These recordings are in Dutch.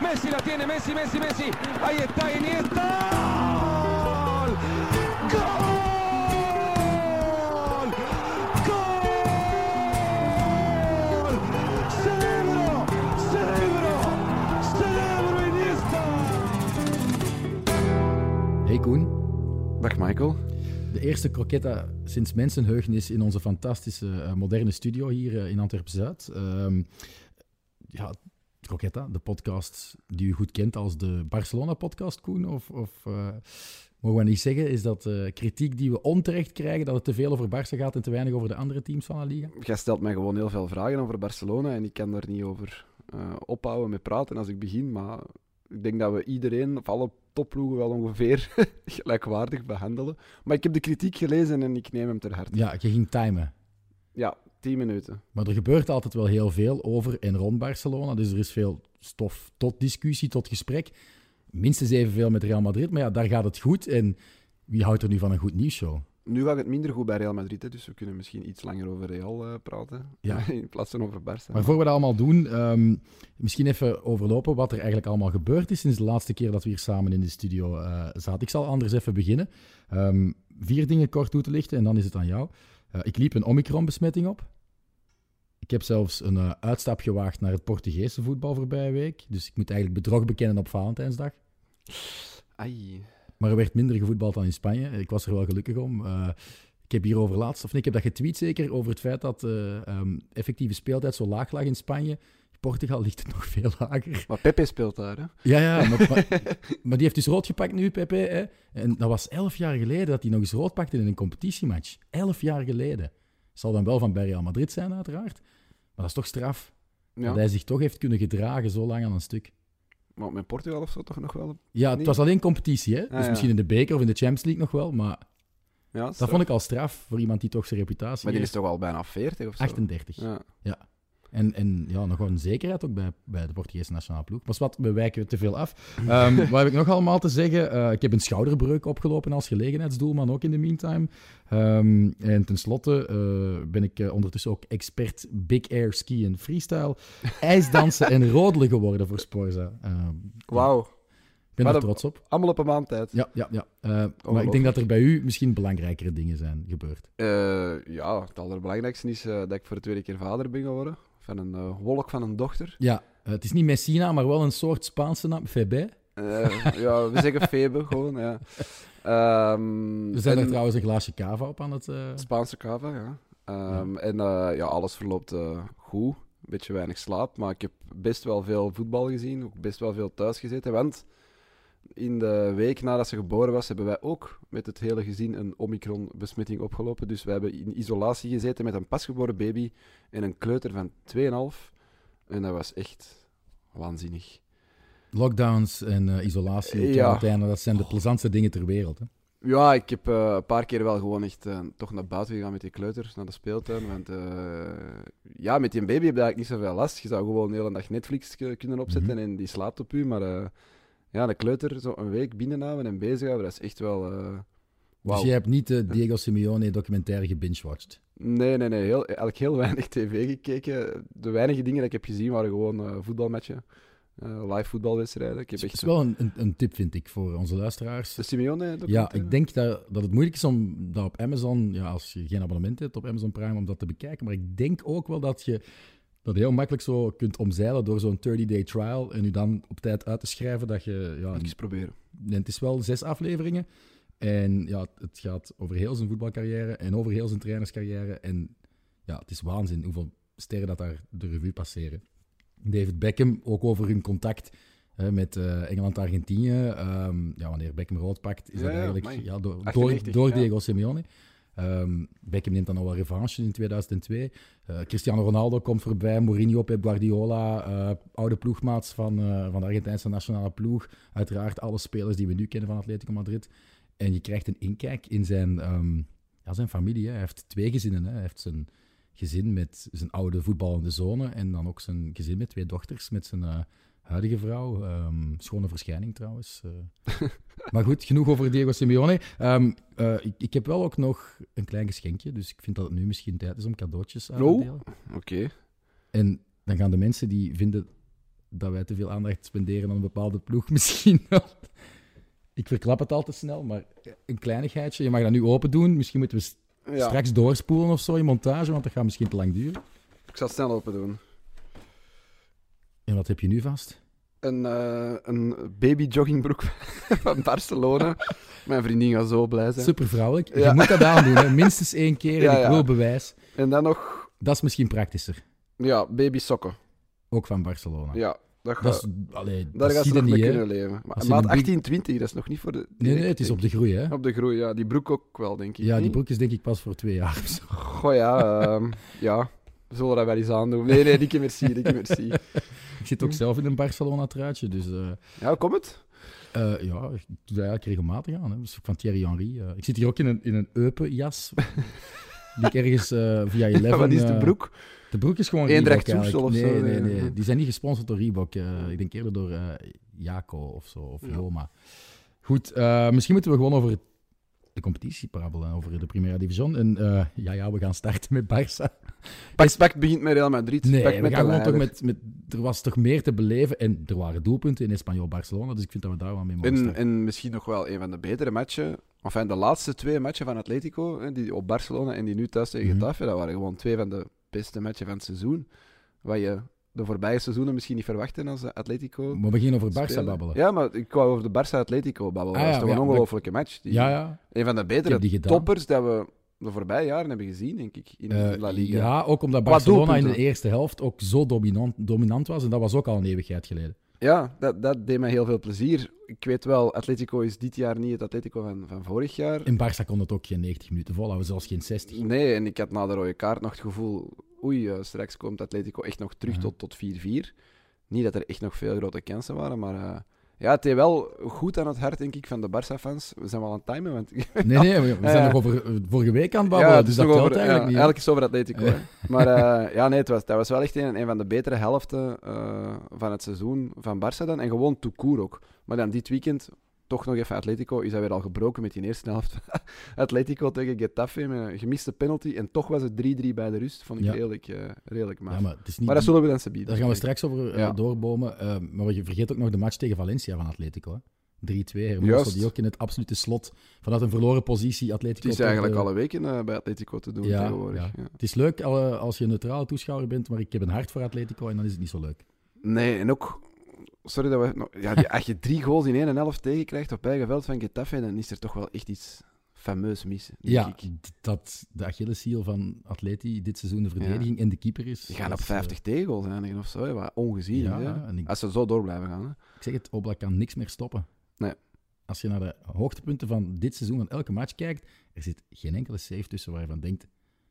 Messi la tiene, Messi. Ahí está Iniesta. ¡Gol! Hey Koen. Dag Michael. De eerste croquetta sinds mensenheugenis in onze fantastische moderne studio hier in Antwerpen-Zuid. Croquetta, de podcast die u goed kent als de Barcelona-podcast, Koen. Of mogen we niet zeggen, is dat kritiek die we onterecht krijgen, dat het te veel over Barça gaat en te weinig over de andere teams van La Liga? Jij stelt mij gewoon heel veel vragen over Barcelona en ik kan daar niet over ophouden met praten als ik begin, maar ik denk dat we iedereen, of alle topploegen, wel ongeveer gelijkwaardig behandelen. Maar ik heb de kritiek gelezen en ik neem hem ter harte. Ja, je ging timen. Ja, 10 minuten. Maar er gebeurt altijd wel heel veel over en rond Barcelona, dus er is veel stof tot discussie, tot gesprek. Minstens evenveel met Real Madrid, maar ja, daar gaat het goed. En wie houdt er nu van een goed nieuwsshow? Nu gaat het minder goed bij Real Madrid, hè, dus we kunnen misschien iets langer over Real praten, in plaats van over Barça. Maar voor we dat allemaal doen, misschien even overlopen wat er eigenlijk allemaal gebeurd is sinds de laatste keer dat we hier samen in de studio zaten. Ik zal anders even beginnen. 4 dingen kort toe te lichten en dan is het aan jou. Ik liep een Omicron-besmetting op. Ik heb zelfs een uitstap gewaagd naar het Portugese voetbal voorbije week. Dus ik moet eigenlijk bedrog bekennen op Valentijnsdag. Ai. Maar er werd minder gevoetbald dan in Spanje. Ik was er wel gelukkig om. Ik heb hierover laatst, ik heb dat getweet zeker, over het feit dat effectieve speeltijd zo laag lag in Spanje. In Portugal ligt het nog veel lager. Maar Pepe speelt daar, hè? Ja, maar die heeft dus rood gepakt nu, Pepe. Hè? En dat was 11 jaar geleden dat hij nog eens rood pakte in een competitiematch. 11 jaar geleden. Zal dan wel van bij Real Madrid zijn, uiteraard. Maar dat is toch straf. Ja. Dat hij zich toch heeft kunnen gedragen zo lang aan een stuk. Maar met Portugal of zo toch nog wel? Ja, het was alleen competitie, hè? Dus misschien in de beker of in de Champions League nog wel, maar ja, dat vond ik al straf voor iemand die toch zijn reputatie Maar die is heeft. toch al bijna 40 of zo? 38. Ja. En ja, nog wel een zekerheid ook bij de Portugese nationale ploeg. Maar wat, we wijken te veel af. Wat heb ik nog allemaal te zeggen? Ik heb een schouderbreuk opgelopen als gelegenheidsdoelman, ook in de meantime. En tenslotte ben ik ondertussen ook expert Big Air Ski en freestyle, ijsdansen en rodelen geworden voor Sporza. Wauw. Ik ben er trots op. Allemaal op een maand tijd. Ja. Maar ik denk dat er bij u misschien belangrijkere dingen zijn gebeurd. Ja, het allerbelangrijkste is dat ik voor de tweede keer vader ben geworden. Van een wolk van een dochter. Ja, het is niet Messina, maar wel een soort Spaanse naam. Febe. Ja, we zeggen Febe gewoon, ja. We zijn er trouwens een glaasje cava op aan het... Spaanse cava, ja. En alles verloopt goed. Een beetje weinig slaap, maar ik heb best wel veel voetbal gezien. Ook best wel veel thuis gezeten, want in de week nadat ze geboren was, hebben wij ook met het hele gezin een Omicron-besmetting opgelopen. Dus wij hebben in isolatie gezeten met een pasgeboren baby en een kleuter van 2,5. En dat was echt waanzinnig. Lockdowns en isolatie, quarantaine, dat zijn de plezantste dingen ter wereld. Hè? Ja, ik heb een paar keer wel gewoon echt toch naar buiten gegaan met die kleuters, naar de speeltuin. Want met die baby heb je eigenlijk niet zoveel last. Je zou gewoon de hele dag Netflix kunnen opzetten en die slaapt op u, maar... de kleuter zo een week binnenhouden en bezighouden, dat is echt wel... Dus je hebt niet de Diego Simeone documentaire gebingewatcht? Nee. Eigenlijk heel weinig tv gekeken. De weinige dingen die ik heb gezien waren gewoon voetbalmatchen. Live voetbalwedstrijden. Het is wel een tip, vind ik, voor onze luisteraars. De Simeone documentaire? Ja, ik denk dat het moeilijk is om dat op Amazon... Ja, als je geen abonnement hebt op Amazon Prime, om dat te bekijken. Maar ik denk ook wel dat je dat heel makkelijk zo kunt omzeilen door zo'n 30-day trial en u dan op tijd uit te schrijven dat je... Ja, eens proberen. Het is wel 6 afleveringen en ja, het gaat over heel zijn voetbalcarrière en over heel zijn trainerscarrière en ja, het is waanzin hoeveel sterren dat daar de revue passeren. David Beckham, ook over hun contact met Engeland-Argentinië. Wanneer Beckham rood pakt, is dat eigenlijk door Diego Simeone. Beckham neemt dan al wel revanche in 2002. Cristiano Ronaldo komt voorbij, Mourinho, Pep Guardiola, oude ploegmaats van de Argentijnse nationale ploeg. Uiteraard alle spelers die we nu kennen van Atletico Madrid. En je krijgt een inkijk in zijn familie. Hè. Hij heeft 2 gezinnen. Hè. Hij heeft zijn gezin met zijn oude voetballende zonen en dan ook zijn gezin met 2 dochters, met zijn huidige vrouw. Schone verschijning trouwens. Maar goed, genoeg over Diego Simeone. Ik heb wel ook nog een klein geschenkje, dus ik vind dat het nu misschien tijd is om cadeautjes aan te delen. Oké. En dan gaan de mensen die vinden dat wij te veel aandacht spenderen aan een bepaalde ploeg misschien wel. Ik verklap het al te snel, maar een kleinigheidje. Je mag dat nu open doen. Misschien moeten we straks doorspoelen of zo in montage, want dat gaat misschien te lang duren. Ik zal het snel open doen. En wat heb je nu vast? Een baby joggingbroek van Barcelona. Mijn vriendin gaat zo blij zijn. Super vrouwelijk. Je moet dat aandoen, hè. Minstens 1 keer. En ik wil bewijs. En dan nog... Dat is misschien praktischer. Ja, baby sokken. Ook van Barcelona. Ja, daar gaat ze nog mee kunnen leven. Maar maat 18-20, dat is nog niet voor de... Nee, het is op de groei, hè? Op de groei, ja. Die broek ook wel, denk ik. Ja, die broek is denk ik pas voor 2 jaar of zo. Goh, ja. Ja, we zullen dat wel eens aandoen. Nee, dikke merci. Ik zit ook zelf in een Barcelona-truitje, dus... Ja, hoe komt het? Ja, ik doe dat eigenlijk regelmatig aan. Hè. Dus van Thierry Henry. Ik zit hier ook in een Eupen-jas. Die ik ergens via Eleven... Ja, wat is de broek? De broek is gewoon Eendracht Reebok Soestel of eigenlijk. zo? Nee. Die zijn niet gesponsord door Reebok. Ik denk eerder door Jaco of zo, of Roma. Goed, misschien moeten we gewoon over de competitie praten, over de Primera Division. En we gaan starten met Barça. Pak begint met Real Madrid. Nee, Pak we met gaan gewoon toch met... Er was toch meer te beleven en er waren doelpunten in Espanyol Barcelona, dus ik vind dat we daar wel mee mogen starten. En misschien nog wel een van de betere matchen. Enfin, de laatste 2 matchen van Atletico, die op Barcelona en die nu thuis tegen Getafe, dat waren gewoon 2 van de beste matchen van het seizoen. Wat je de voorbije seizoenen misschien niet verwachten als Atletico. Maar we beginnen over Barça spelen. babbelen. Ja, maar ik wou over de Barça-Atletico babbelen. Dat is toch een ongelofelijke match. Een van de betere toppers dat we de voorbije jaren hebben gezien, denk ik, in La Liga. Ja, ook omdat Barcelona in de eerste helft ook zo dominant was. En dat was ook al een eeuwigheid geleden. Ja, dat deed mij heel veel plezier. Ik weet wel, Atletico is dit jaar niet het Atletico van vorig jaar. In Barça kon het ook geen 90 minuten volhouden, zelfs geen 60. Nee, en ik had na de rode kaart nog het gevoel... straks komt Atletico echt nog terug tot 4-4. Niet dat er echt nog veel grote kansen waren, maar... het deed wel goed aan het hart, denk ik, van de Barça-fans. We zijn wel aan het timen, want... Nee, we zijn nog over vorige week aan het babbelen, dus dat telt eigenlijk niet. Eigenlijk is het over Atletico. Maar dat was wel echt een van de betere helften van het seizoen van Barça dan. En gewoon tout court ook. Maar dan dit weekend, toch nog even Atletico, is dat weer al gebroken met die eerste helft. Atletico tegen Getafe met een gemiste penalty. En toch was het 3-3 bij de rust. Vond ik redelijk maaf. Ja, maar dat zullen we dan ze bieden. Daar gaan we straks over doorbomen. Maar je vergeet ook nog de match tegen Valencia van Atletico. Hè? 3-2, Hermoso, die ook in het absolute slot vanuit een verloren positie Atletico... Het is eigenlijk alle weken bij Atletico te doen tegenwoordig. Ja. Het is leuk als je een neutrale toeschouwer bent, maar ik heb een hart voor Atletico en dan is het niet zo leuk. Nee, en ook... Sorry dat we... als je 3 goals in 1 helft tegenkrijgt op eigen veld van Getafe, dan is er toch wel echt iets fameus mis, denk ik. Dat de Achilleshiel van Atleti dit seizoen de verdediging en de keeper is... Die gaan op 50 tegengoals eindigen of zo, wat ongezien is. Als ze zo door blijven gaan. Hè. Ik zeg het, Oblak kan niks meer stoppen. Nee. Als je naar de hoogtepunten van dit seizoen, van elke match kijkt, er zit geen enkele save tussen waar je van denkt...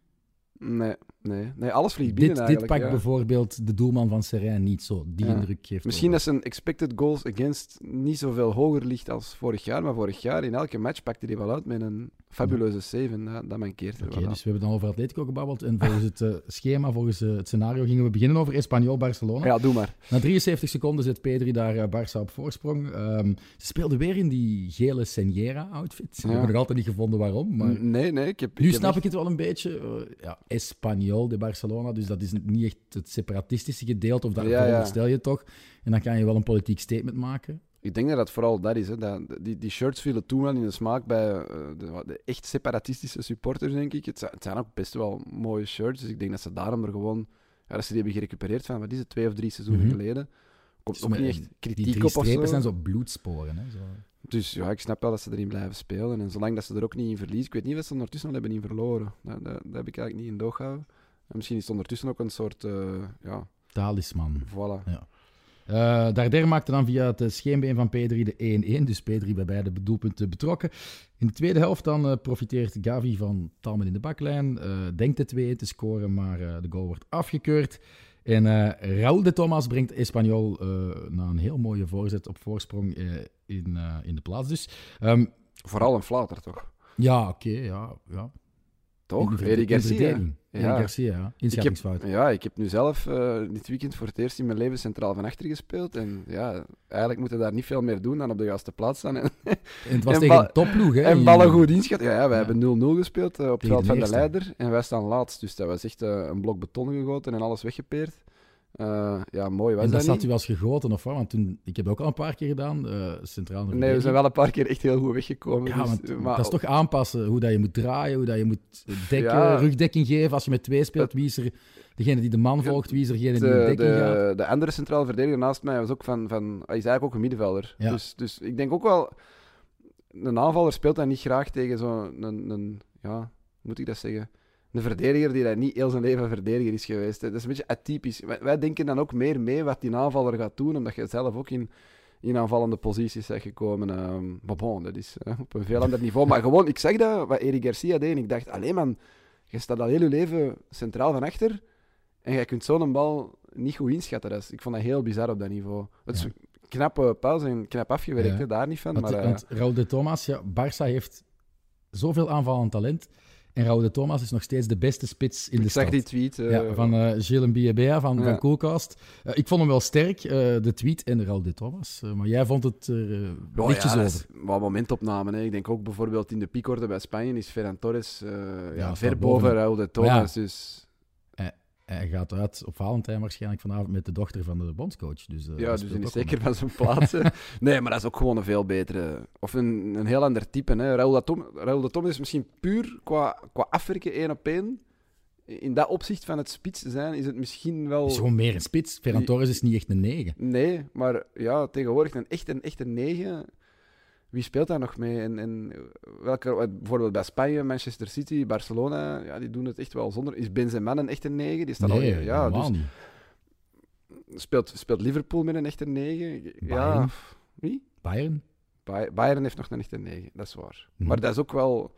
Nee, alles vliegt binnen eigenlijk. Dit pakt bijvoorbeeld de doelman van Serijn niet zo. Die indruk geeft. Misschien dat zijn expected goals against niet zoveel hoger ligt als vorig jaar, maar vorig jaar in elke match pakte hij wel uit met een fabuleuze save en dat mankeert er wel. Dus we hebben dan over Atletico gebabbeld en volgens het schema, volgens het scenario, gingen we beginnen over Espanyol Barcelona. Ja, doe maar. Na 73 seconden zet Pedri daar Barça op voorsprong. Ze speelden weer in die gele Seniera-outfit. Ik heb nog altijd niet gevonden waarom. Maar nee. Nu snap ik het wel een beetje. Espanyol de Barcelona, dus dat is niet echt het separatistische gedeelte, of dat veronderstel je toch. En dan kan je wel een politiek statement maken. Ik denk dat het vooral dat is. Hè. Die shirts vielen toen wel in de smaak bij de echt separatistische supporters, denk ik. Het zijn ook best wel mooie shirts, dus ik denk dat ze daarom er gewoon... Ja, dat ze die hebben gerecupereerd van, wat is het, 2 of 3 seizoenen geleden. Komt dus ook niet echt kritiek op of zo. Die 3 strepen zijn zo bloedsporen. Hè, zo. Dus ja, ik snap wel dat ze erin blijven spelen. En zolang dat ze er ook niet in verliezen... Ik weet niet of ze ondertussen al hebben in verloren. Dat heb ik eigenlijk niet in doog gehouden. En misschien is het ondertussen ook een soort... talisman. Voilà. Ja. Darder maakte dan via het scheenbeen van Pedri de 1-1. Dus Pedri bij beide doelpunten betrokken. In de tweede helft dan profiteert Gavi van talmen in de baklijn. Denkt de 2-1 te scoren, maar de goal wordt afgekeurd. En Raúl de Tomás brengt Espanyol na een heel mooie voorzet op voorsprong in de plaats. Dus. Vooral een flater, toch? Ja, oké, ja. Toch? Eric Garcia. Inschattingsfout. Ik heb nu zelf dit weekend voor het eerst in mijn leven centraal van achter gespeeld. En ja, eigenlijk moeten we daar niet veel meer doen dan op de juiste plaats staan. En het was tegen een topploeg, hè? En ballen goed inschatten. Ja, wij hebben 0-0 gespeeld op het veld van de leider. En wij staan laatst. Dus dat was echt een blok beton gegoten en alles weggepeerd. Mooi was En dat dat zat niet. u als gegoten of wat? Want toen, ik heb het ook al een paar keer gedaan, centraal in de Nee, we verdediging. zijn wel een paar keer echt heel goed weggekomen. Ja, dus, want maar dat is toch aanpassen, hoe dat je moet draaien, hoe dat je moet dekken, Ja. rugdekking geven. Als je met 2 speelt, wie is er degene die de man volgt, wie is er degene die in de, dekking gaat? de andere centraal verdediger naast mij was ook hij is eigenlijk ook een middenvelder. Ja. Dus ik denk ook wel, een aanvaller speelt dat niet graag tegen hoe moet ik dat zeggen? Een verdediger die dat niet heel zijn leven verdediger is geweest. Hè. Dat is een beetje atypisch. Wij denken dan ook meer mee wat die aanvaller gaat doen, omdat je zelf ook in aanvallende posities bent gekomen. Maar bon, dat is op een veel ander niveau. Maar gewoon, ik zeg dat, wat Eric Garcia deed, en ik dacht, alleen man, je staat al heel je leven centraal van achter en jij kunt zo'n bal niet goed inschatten. Ik vond dat heel bizar op dat niveau. Het is Ja. een knappe pauze en knap afgewerkt, Ja. hè, daar niet van. Want, Maar, want Raúl de Thomas, ja, Barça heeft zoveel aanvallend talent. En Raúl de Thomas is nog steeds de beste spits in de ik zag stad. die tweet. Van Gilles Mbiebea van Ja. Coolcast. Ik vond hem wel sterk, de tweet en Raúl de Thomas. Maar jij vond het lichtjes dat over. is wat momentopname. Hè. Ik denk ook bijvoorbeeld in de piekorde bij Spanje is Ferran Torres ver staat boven boven. Raúl de Thomas. Maar Dus Hij gaat uit op Valentijn waarschijnlijk vanavond met de dochter van de bondscoach. Dus, ja, dat dus speelt die is ook zeker van zijn plaats. Hè. Nee, maar dat is ook gewoon een veel betere... Of een heel ander type. Hè. Raúl de Thomas is misschien puur qua afwerken 1-op-1. In dat opzicht van het spits zijn is het misschien wel... Het is gewoon meer een spits. Ferran Torres is niet echt een 9. Nee, maar ja, tegenwoordig een echte 9. Wie speelt daar nog mee? En bijvoorbeeld bij Spanje, Manchester City, Barcelona, ja, die doen het echt wel zonder. Is Benzema een echte 9? Die staat Nee, ja, helemaal dus niet. speelt Liverpool met een echte 9? Ja, Bayern. wie? Bayern? Bayern heeft nog een echte 9, dat is waar. Hm. Maar dat is ook wel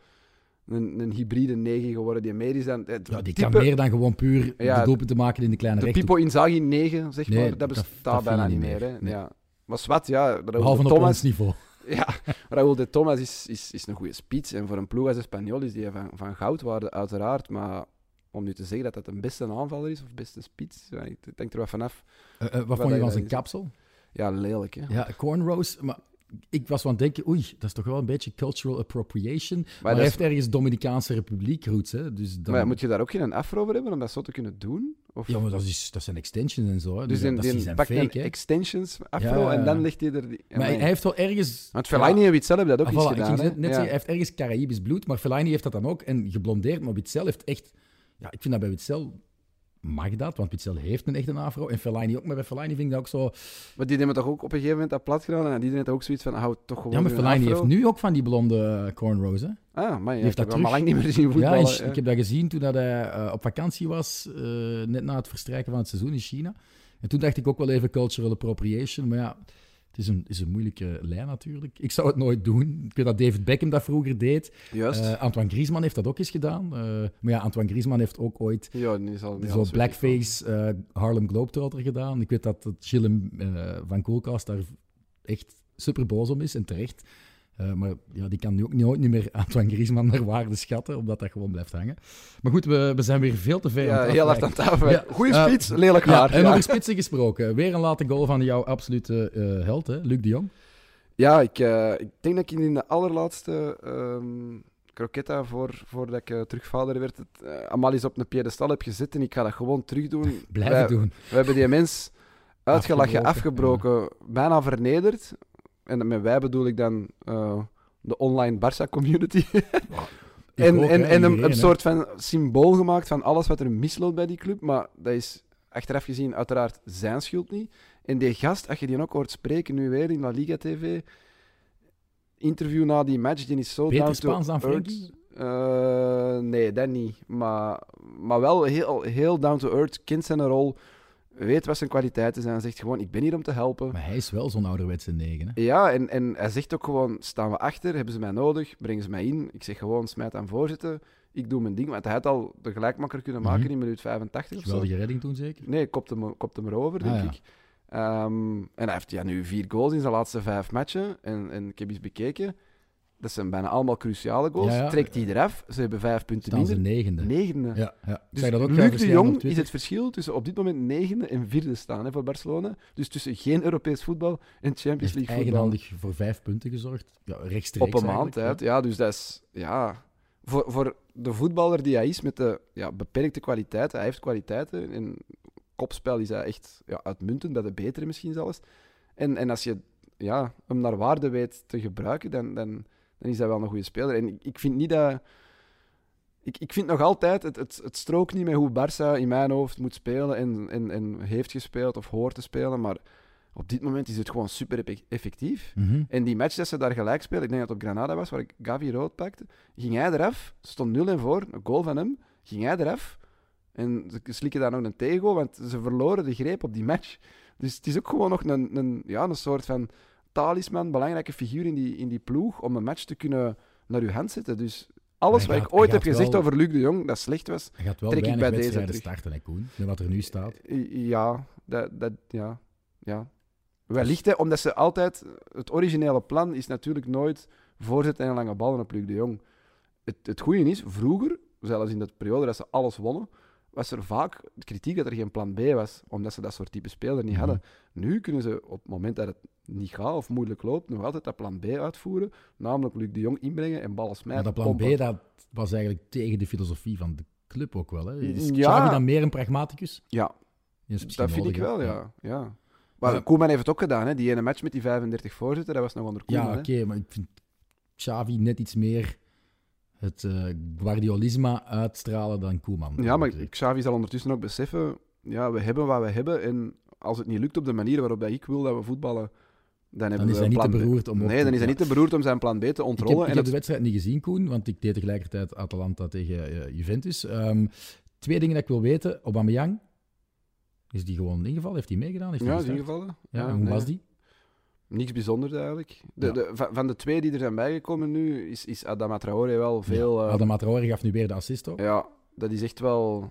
een hybride 9 geworden die meer is dan... Ja, die kan meer dan gewoon puur Ja, de doelpunten maken in de kleine De rechthoek. Pipo Inzaghi 9, zeg Nee, maar, dat bestaat dat bijna vind je niet niet meer. meer. Hè. Nee. Ja. Maar zwart, ja, Behalve op Thomas, ons niveau. ja, Raúl de Thomas is een goede spits. En voor een ploeg als Espanyol is die van goud waarde, uiteraard. Maar om nu te zeggen dat dat een beste aanvaller is of beste spits, ja, ik denk er wat vanaf. Wat vond je dat van zijn is. kapsel? Ja, lelijk, hè. Ja, cornrows. Maar ik was van het denken, oei, dat is toch wel een beetje cultural appropriation. Maar dat hij is- heeft ergens Dominicaanse Republiek roots, hè. Dus dan... Maar moet je daar ook geen afro over hebben om dat zo te kunnen doen? Of... Ja, maar dat zijn extensions en zo. Hè. dus dat die zijn pakt een fake, hè. extensions afro Ja. en dan ligt hij er... Maar hij heeft wel ergens... Want Fellaini en Witzel hebben dat ook Ah, iets voilà, ik gedaan, ging hè. net Ja. zeggen, hij heeft ergens Caraïbisch bloed, maar Fellaini heeft dat dan ook. En geblondeerd, maar Witzel heeft echt... Ja, ik vind dat bij Witzel mag dat, want Witzel heeft een echte afro. En Fellaini ook, maar bij Fellaini vind ik dat ook zo... Maar die hebben toch ook op een gegeven moment dat plat gedaan en die heeft ook zoiets van, hou toch gewoon Ja, maar uw Fellaini afro. heeft nu ook van die blonde cornrows, hè. Ah, maar je heeft hebt dat dat maar terug. lang niet meer zien voetballen. Ja, hè. ik heb dat gezien toen dat hij op vakantie was, net na het verstrijken van het seizoen in China. En toen dacht ik ook wel even cultural appropriation, maar ja, het is een moeilijke lijn natuurlijk. Ik zou het nooit doen. Ik weet dat David Beckham dat vroeger deed. Juist. Antoine Griezmann heeft dat ook eens gedaan. Maar ja, Antoine Griezmann heeft ook ooit Ja, die is al niet zo alles blackface Harlem Globetrotter gedaan. Ik weet dat Gilles van Coolcast daar echt super boos om is en terecht. Maar ja, die kan nu ook nooit niet meer Antoine Griezmann naar waarde schatten, omdat dat gewoon blijft hangen. Maar goed, we zijn weer veel te ver aan Ja, het heel hard afwijken. aan tafel. Ja, Goeie spits, lelijk Ja, haar. en Ja, over spitsen gesproken. Weer een late goal van jouw absolute held, hè? Luc de Jong. Ja, ik denk dat ik in de allerlaatste croquetta, voordat ik terugvader werd, Amalis op een piedestal heb gezet en ik ga dat gewoon terug doen. Blijven doen. We hebben die mens uitgelachen, Afgebroken, afgebroken, bijna vernederd. En met wij bedoel ik dan de online Barça-community. En Iedereen, een hè. soort van symbool gemaakt van alles wat er misloopt bij die club. Maar dat is achteraf gezien uiteraard zijn schuld niet. En die gast, als je die ook hoort spreken nu weer in La Liga TV, interview na die match, die is zo Beter down Spaans to dan earth. Frenkie? Nee, dat niet. Maar wel heel down to earth, kent zijn rol, weet wat zijn kwaliteiten zijn. Zegt gewoon, ik ben hier om te helpen. Maar hij is wel zo'n ouderwetse 9, hè. Ja, en hij zegt ook gewoon, staan we achter, hebben ze mij nodig, brengen ze mij in. Ik zeg gewoon, smijt aan voorzitten, ik doe mijn ding. Want hij had al de gelijkmaker kunnen maken in minuut 85 of zo. Geweldige redding toen zeker. Nee, kopt hem erover, denk Ah, ja. ik. En hij heeft nu 4 goals in zijn laatste 5 matchen. En ik heb eens bekeken, dat zijn bijna allemaal cruciale goals. Ja, ja. Trekt hij eraf, ze hebben 5 punten Staan ze minder. 9e. Negende. Ja, ja. Ik Dus zag dat ook Luc de verschijnen op Jong Twitter. is het verschil tussen op dit moment 9e en 4e staan hè, voor Barcelona. Dus tussen geen Europees voetbal en Champions Heeft League voetbal. eigenhandig voor 5 punten gezorgd. Ja, rechtstreeks Op een maand eigenlijk, tijd. Ja, dus dat is... Ja, voor de voetballer die hij is, met de beperkte kwaliteiten, hij heeft kwaliteiten, en kopspel is hij echt uitmuntend, bij de betere misschien zelfs. En als je hem naar waarde weet te gebruiken, dan is hij wel een goede speler. En ik vind niet dat... Ik vind nog altijd, het strookt niet met hoe Barça in mijn hoofd moet spelen en heeft gespeeld of hoort te spelen, maar op dit moment is het gewoon super effectief. Mhm. En die match dat ze daar gelijk spelen, ik denk dat het op Granada was, waar Gavi rood pakte, ging hij eraf, stond 0-1 voor, een goal van hem, ging hij eraf en ze slikken daar nog een tegengoal, want ze verloren de greep op die match. Dus het is ook gewoon nog een soort van talisman, belangrijke figuur in die ploeg, om een match te kunnen naar uw hand zetten. Dus alles wat ik ooit heb gezegd over Luc de Jong, dat slecht was, Hij gaat wel trek ik weinig bij deze wedstrijden terug. starten, hè, Koen, met wat er nu staat. Ja. Wellicht, hè, omdat ze altijd... Het originele plan is natuurlijk nooit voorzetten en lange ballen op Luc de Jong. Het goede is, vroeger, zelfs in de periode dat ze alles wonnen, was er vaak kritiek dat er geen plan B was, omdat ze dat soort type speler niet hadden. Nu kunnen ze op het moment dat het niet gaat of moeilijk loopt, nog altijd dat plan B uitvoeren, namelijk Luc de Jong inbrengen en ballen smijten. Maar dat plan pompen. B, dat was eigenlijk tegen de filosofie van de club ook wel. Hè? Is Ja. Xavi dan meer een pragmaticus? Ja, Die is misschien dat vind ik nodig, wel, hè. ja. Maar Koeman heeft het ook gedaan, hè. Die ene match met die 35 voorzitter, dat was nog onder Koeman. Ja, hè. oké, maar ik vind Xavi net iets meer het Guardiolisme uitstralen dan Koeman. Ja, maar Xavi zal ondertussen ook beseffen, we hebben wat we hebben en als het niet lukt op de manier waarop ik wil dat we voetballen, dan hebben is we hij een niet plan te B. beroerd om... Nee, dan is hij niet te beroerd om zijn plan B te ontrollen. Ik heb de wedstrijd niet gezien, Koen, want ik deed tegelijkertijd Atalanta tegen Juventus. 2 dingen dat ik wil weten. Aubameyang, is die gewoon ingevallen? Heeft hij meegedaan? Heeft hij Ja, is gestart? ingevallen. Ja, en hoe was die? Niks bijzonders eigenlijk. Ja. Van de 2 die er zijn bijgekomen nu, is Adama Traoré wel veel... Adama Traoré gaf nu weer de assist ook. Ja, dat is echt wel...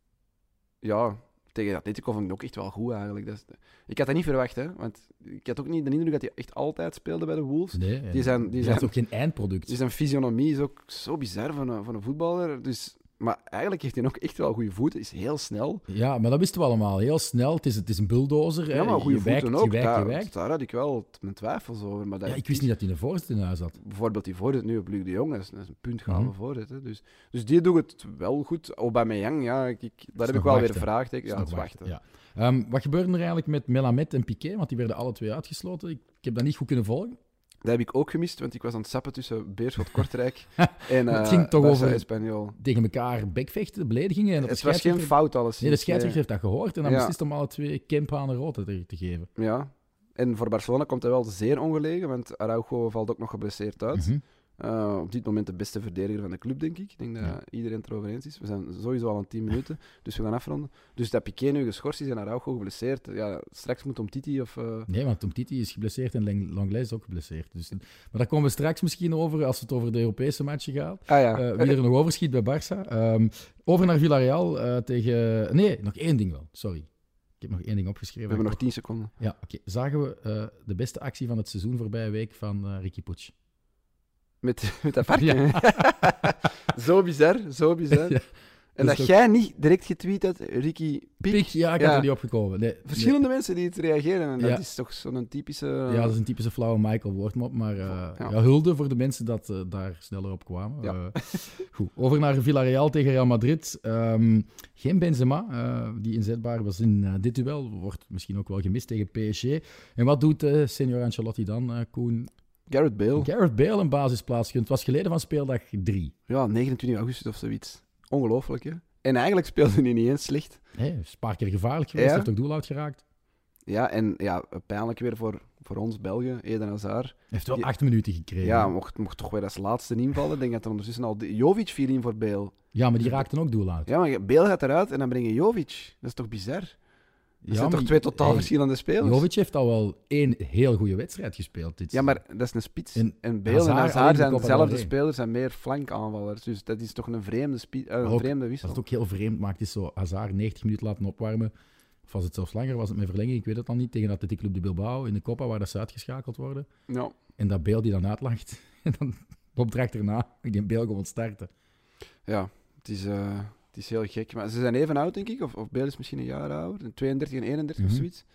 Ja, tegen Atletico vond ik het ook echt wel goed eigenlijk. Ik had dat niet verwacht, hè. Want ik had ook niet de indruk dat hij echt altijd speelde bij de Wolves. Nee, Die is ook geen eindproduct. zijn fysionomie is ook zo bizar van een voetballer. Dus, maar eigenlijk heeft hij ook echt wel goede voeten. Is heel snel. Ja, maar dat wisten we allemaal. Heel snel. Het is een bulldozer. Ja, maar goede je wijkt, voeten ook. je wijkt. Daar had ik wel mijn twijfels over. Maar Ja, ik wist niet dat hij een voorzet in huis had. Bijvoorbeeld die voorzet nu op Luc de Jong, dat is een puntgave Mhm. voorzet. Hè. Dus die doet het wel goed. Aubameyang, ja, daar heb ik nog wel weer wachten. vraagtekens. Ja, Nog het is wachten. Ja. Wat gebeurde er eigenlijk met Melamed en Piqué? Want die werden alle 2 uitgesloten. Ik heb dat niet goed kunnen volgen. Dat heb ik ook gemist, want ik was aan het sappen tussen Beerschot Kortrijk en Het ging toch Barça over- Espanyol. Tegen elkaar bekvechten, beledigingen. En dat Het de was geen scheidsrechter- fout alles. Nee, de scheidsrechter heeft dat gehoord. En dan Ja. beslist om alle 2 Kemp aan de rode te geven. Ja. En voor Barcelona komt hij wel zeer ongelegen, want Araujo valt ook nog geblesseerd uit. Mhm. Op dit moment de beste verdediger van de club, denk ik. Ik denk dat Ja. iedereen het erover eens is. We zijn sowieso al aan 10 minuten, dus we gaan afronden. Dus dat Piqué nu geschorst is en Araujo geblesseerd. Ja, straks moet Omtiti of... Nee, want Umtiti is geblesseerd en Langlais is ook geblesseerd. Dus, maar daar komen we straks misschien over als het over de Europese matchen gaat. Ah ja. Wie er nog overschiet bij Barça. Over naar Villarreal tegen... Nee, nog 1 ding wel. Sorry. Ik heb nog 1 ding opgeschreven. We hebben nog 10 seconden. Ja, oké. Zagen we de beste actie van het seizoen voorbije week van Ricky Puig? Met dat varken. Ja. Zo bizar, zo bizar. Ja. En Dat dat is ook- jij niet direct getweet had, Ricky Pik. Pik, ja, ik had er niet opgekomen. Nee, Verschillende mensen die het reageren. En Ja. dat is toch zo'n typische... nee. Ja, dat is een typische flauwe Michael-woordmop, maar Ja. hulde voor de mensen dat daar sneller op kwamen. Ja. Goed, over naar Villarreal tegen Real Madrid. Geen Benzema, die inzetbaar was in dit duel. Wordt misschien ook wel gemist tegen PSG. En wat doet senior Ancelotti dan, Koen? Gareth Bale. Gareth Bale een basisplaats gunt. Het was geleden van speeldag 3. Ja, 29 augustus of zoiets. Ongelooflijk, hè? En eigenlijk speelde hij niet eens slecht. Is een paar keer gevaarlijk geweest, Ja. heeft ook doel uitgeraakt. Ja, en ja, pijnlijk weer voor ons Belgen, Eden Hazard. Heeft wel Ja. 8 minuten gekregen. Ja, mocht toch weer als laatste invallen. Ik denk dat er ondertussen al... Jovic viel in voor Bale. Ja, maar die raakten ook doel uit. Ja, maar Bale gaat eruit en dan breng je Jovic. Dat is toch bizar? Dat zijn maar toch 2 totaal hey, verschillende spelers? Jovic heeft al wel 1 heel goede wedstrijd gespeeld. Dit Ja, maar dat is een spits. En En Bale Hazard en alleen Hazard de zijn Copa dezelfde del Rey. spelers en meer flankaanvallers. Dus dat is toch een vreemde, Maar ook- vreemde Wat wissel. het ook heel vreemd maakt, is zo Hazard 90 minuten laten opwarmen. Of was het zelfs langer, was het met verlenging, ik weet het al niet. Tegen Athletic Club de Bilbao in de Copa, waar dat ze uitgeschakeld worden. Ja. En dat Bale die dan uitlacht. En dan de opdracht erna, ik denk Bale gewoon starten. Ja, het is heel gek. Maar ze zijn even oud, denk ik. Of Bale is misschien een jaar ouder. 32 en 31 of Mhm. zoiets.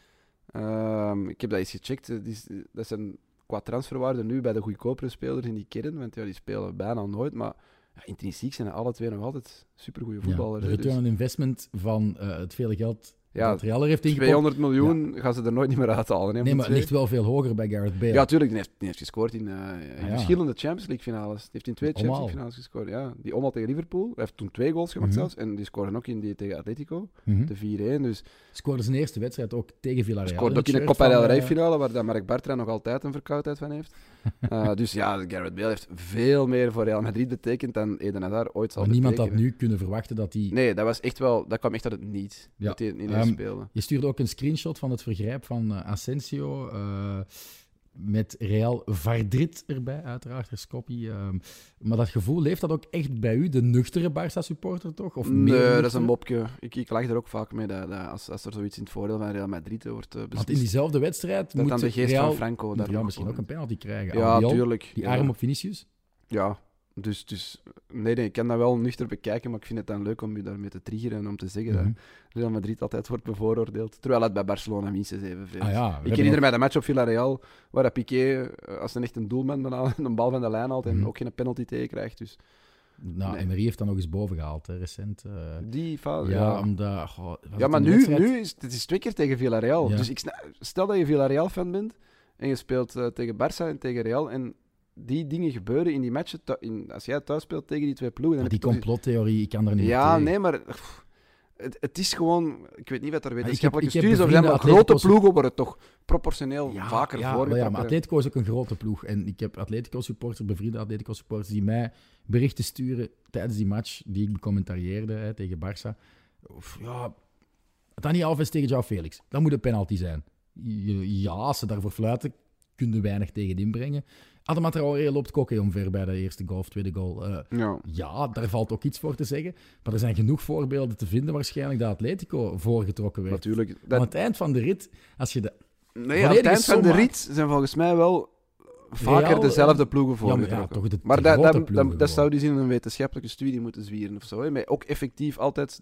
Ik heb dat eens gecheckt. Dat zijn qua transferwaarde nu bij de goedkopere spelers in die kern. Want ja, die spelen bijna nooit. Maar ja, intrinsiek zijn alle twee nog altijd supergoeie voetballers. Ja, de hè. return on investment van het vele geld Ja, dat Real er heeft ingepompt. 200 miljoen gaan ze er nooit niet meer uithalen. Hè, Nee, maar het ligt wel veel hoger bij Gareth Bale. Ja, tuurlijk. Die heeft gescoord in ja. verschillende Champions League finales. Die heeft in 2 Champions Omhaal. League finales gescoord. Ja, die omhaal tegen Liverpool. Hij heeft toen 2 goals gemaakt Mhm. zelfs. En die scoorde ook in die tegen Atletico. Mhm. De 4-1. Dus Scoorde zijn eerste wedstrijd ook tegen Villarreal. scoorde ook in de het Copa shirt del van, Rey finale, waar dat Marc Bartra nog altijd een verkoudheid van heeft. Dus ja, Gareth Bale heeft veel meer voor Real Madrid betekend dan Eden Hazard ooit zal Maar niemand had betekenen. nu kunnen verwachten dat hij... Nee, dat was echt wel... Dat kwam echt uit het niet. Ja. Dat hij ineens speelde. Je stuurde ook een screenshot van het vergrijp van Asensio met Real Madrid erbij, uiteraard, Scoppi. Maar dat gevoel, leeft dat ook echt bij u, de nuchtere Barça-supporter toch? Of meer Nee, dat nuchter? is een mopje. Ik lag er ook vaak mee dat als er zoiets in het voordeel van Real Madrid wordt Want beslist, in diezelfde wedstrijd dat moet dan de geest Real van Franco daar ja, misschien ook een penalty krijgen. Ja, Albiol, tuurlijk. die Ja. arm op Vinicius. Ja, dus nee, ik kan dat wel nuchter bekijken, maar ik vind het dan leuk om je daarmee te triggeren en om te zeggen Mhm. dat Real Madrid altijd wordt bevooroordeeld. Terwijl het bij Barcelona minstens evenveel is. Ah ja, we Ik hebben herinner ook- mij de match op Villarreal, waar dat Piqué, als een echt een doelman, bijna een bal van de lijn haalt en Mhm. ook geen penalty tegenkrijgt. Dus Nou, Nee. Emery heeft dat nog eens boven gehaald, hè, recent. die fase, Ja, omdat... was Ja, het maar een nu wedstrijd? is het is 2 keer tegen Villarreal. Ja. Dus stel dat je Villarreal-fan bent en je speelt tegen Barça en tegen Real en die dingen gebeuren in die matchen, als jij thuis speelt tegen die 2 ploegen... Maar dan die heb je toch complottheorie, ik kan er niet Ja, tegen. nee, maar het is gewoon... Ik weet niet wat er ik wetenschappelijke heb studies over zijn, maar bevriende grote Atletico's- ploegen worden toch proportioneel vaker ja, voorgetrokken. maar Atletico is ook een grote ploeg. En ik heb Atletico-supporters, bevriende Atletico-supporters, die mij berichten sturen tijdens die match die ik becommentarieerde tegen Barça. Ja, Dani Alves tegen João Felix. Dat moet een penalty zijn. Ja, als ze daarvoor fluiten, kun je weinig tegen inbrengen. Adama Traoré loopt kokke omver bij de eerste goal of tweede goal. Ja, daar valt ook iets voor te zeggen. Maar er zijn genoeg voorbeelden te vinden waarschijnlijk dat Atletico voorgetrokken werd. Natuurlijk. Aan het eind van de rit, als je de... Nee, aan het volledige eind van de som rit zijn volgens mij wel vaker Real, dezelfde ploegen ja, maar voorgetrokken. ja, toch de Maar grote dat ploegen zou gewoon. dus in een wetenschappelijke studie moeten zwieren of zo. Hè. Maar ook effectief altijd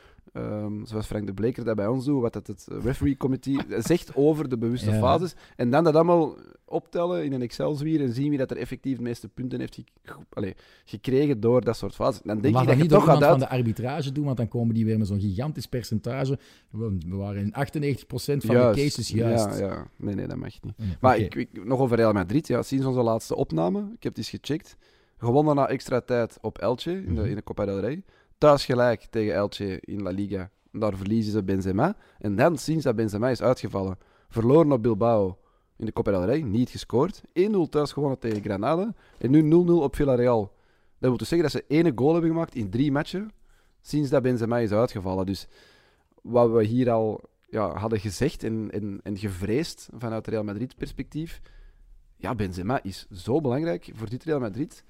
zoals Frank de Bleker dat bij ons doet, wat het referee committee zegt over de bewuste Ja. fases. En dan dat allemaal optellen in een Excel-zwier en zien wie dat er effectief de meeste punten heeft gekregen door dat soort fases. Dan denk Laat ik dat dat je niet door toch gaat iemand van uit... de arbitrage doen, want dan komen die weer met zo'n gigantisch percentage. We waren in 98% van Juist. de cases juist. Ja. Nee, dat mag niet. Nee, Maar oké. nog over Real Madrid. Ja, sinds onze laatste opname, ik heb het eens gecheckt, gewonnen na extra tijd op Elche in de Copa del Rey. Thuis gelijk tegen Elche in La Liga. Daar verliezen ze Benzema. En dan, sinds dat Benzema is uitgevallen, verloren op Bilbao in de Copa del Rey. Niet gescoord. 1-0 thuis gewonnen tegen Granada. En nu 0-0 op Villarreal. Dat wil dus zeggen dat ze 1 goal hebben gemaakt in 3 matchen sinds dat Benzema is uitgevallen. Dus wat we hier al hadden gezegd en gevreesd vanuit Real Madrid perspectief. Ja, Benzema is zo belangrijk voor dit Real Madrid.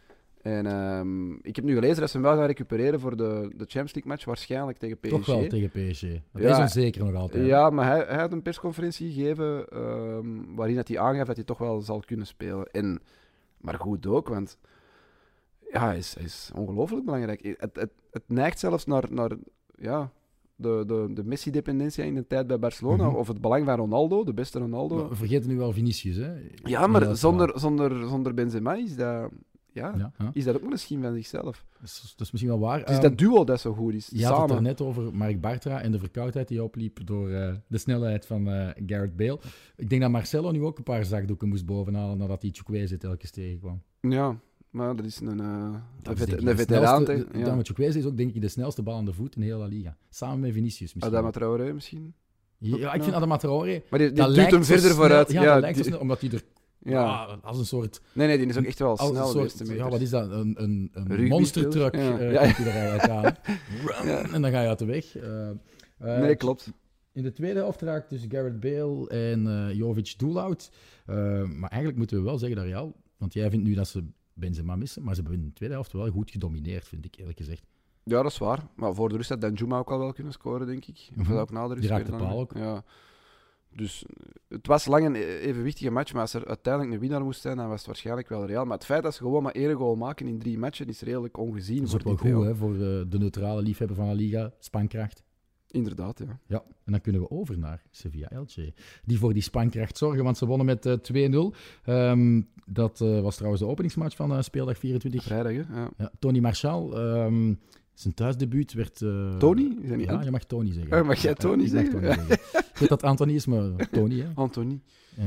En ik heb nu gelezen dat ze hem wel gaan recupereren voor de Champions League match, waarschijnlijk tegen PSG. Toch wel tegen PSG. Dat Ja. is onzeker nog altijd. Ja, maar hij had een persconferentie gegeven waarin hij aangaf dat hij toch wel zal kunnen spelen. Maar goed ook, want ja, hij is ongelooflijk belangrijk. Het neigt zelfs naar de Messi-dependentie in de tijd bij Barcelona. Mhm. Of het belang van Ronaldo, de beste Ronaldo. Maar we vergeten nu wel Vinicius, hè? Ja, maar dat is waar. zonder Benzema is dat... Ja, Ja. is dat ook misschien van zichzelf. Dat is misschien wel waar. Het is dat duo dat zo goed is. Je had het er Samen. net over Marc Bartra en de verkoudheid die opliep door de snelheid van Gareth Bale. Ik denk dat Marcelo nu ook een paar zakdoeken moest bovenhalen nadat hij Chukwueze telkens tegenkwam. Ja, maar dat is een Dat is denk ik een de veteraan. snelste- hè. Ja. maar Chukwueze is ook denk ik de snelste bal aan de voet in de hele La Liga. Samen met Vinicius misschien. Adama Traoré misschien. Ja, ik vind Adama Traoré... Maar die dat duwt lijkt hem zo verder snel- vooruit. Ja, dat lijkt zo snel, omdat hij er als een soort... Nee, die is ook echt wel Als snel. een de soort eerste meters. ja, wat is dat? Een Rugby monstertruck speelt. Ja. komt hij eruit aan. Ja. En dan ga je uit de weg. Nee, klopt. In de tweede helft raakt dus Gareth Bale en Jovic doel-out. Maar eigenlijk moeten we wel zeggen dat Real... Want jij vindt nu dat ze Benzema missen, maar ze hebben in de tweede helft wel goed gedomineerd, vind ik eerlijk gezegd. Ja, dat is waar. Maar voor de rust had Danjuma ook al wel kunnen scoren, denk ik. Of dat ook na de rust. Die raakte weer dan. paal ook. Ja. Dus het was lang een evenwichtige match, maar als er uiteindelijk een winnaar moest zijn, dan was het waarschijnlijk wel Real. Maar het feit dat ze gewoon maar 1 goal maken in 3 matchen, is redelijk ongezien. Dat is voor ook wel dit Real. goed hè, voor de neutrale liefhebber van La Liga, spankracht. Inderdaad, ja. Ja, en dan kunnen we over naar Sevilla Elche, die voor die spankracht zorgen, want ze wonnen met 2-0. Dat was trouwens de openingsmatch van speeldag 24. Vrijdag, hè. Ja. Ja, Tony Martial Zijn thuisdebuut werd... Tony? Is dat niet Ja, je mag Tony zeggen. Mag jij Tony ik mag zeggen? Tony zeggen. Ik weet dat Anthony is, maar Tony, hè. Anthony.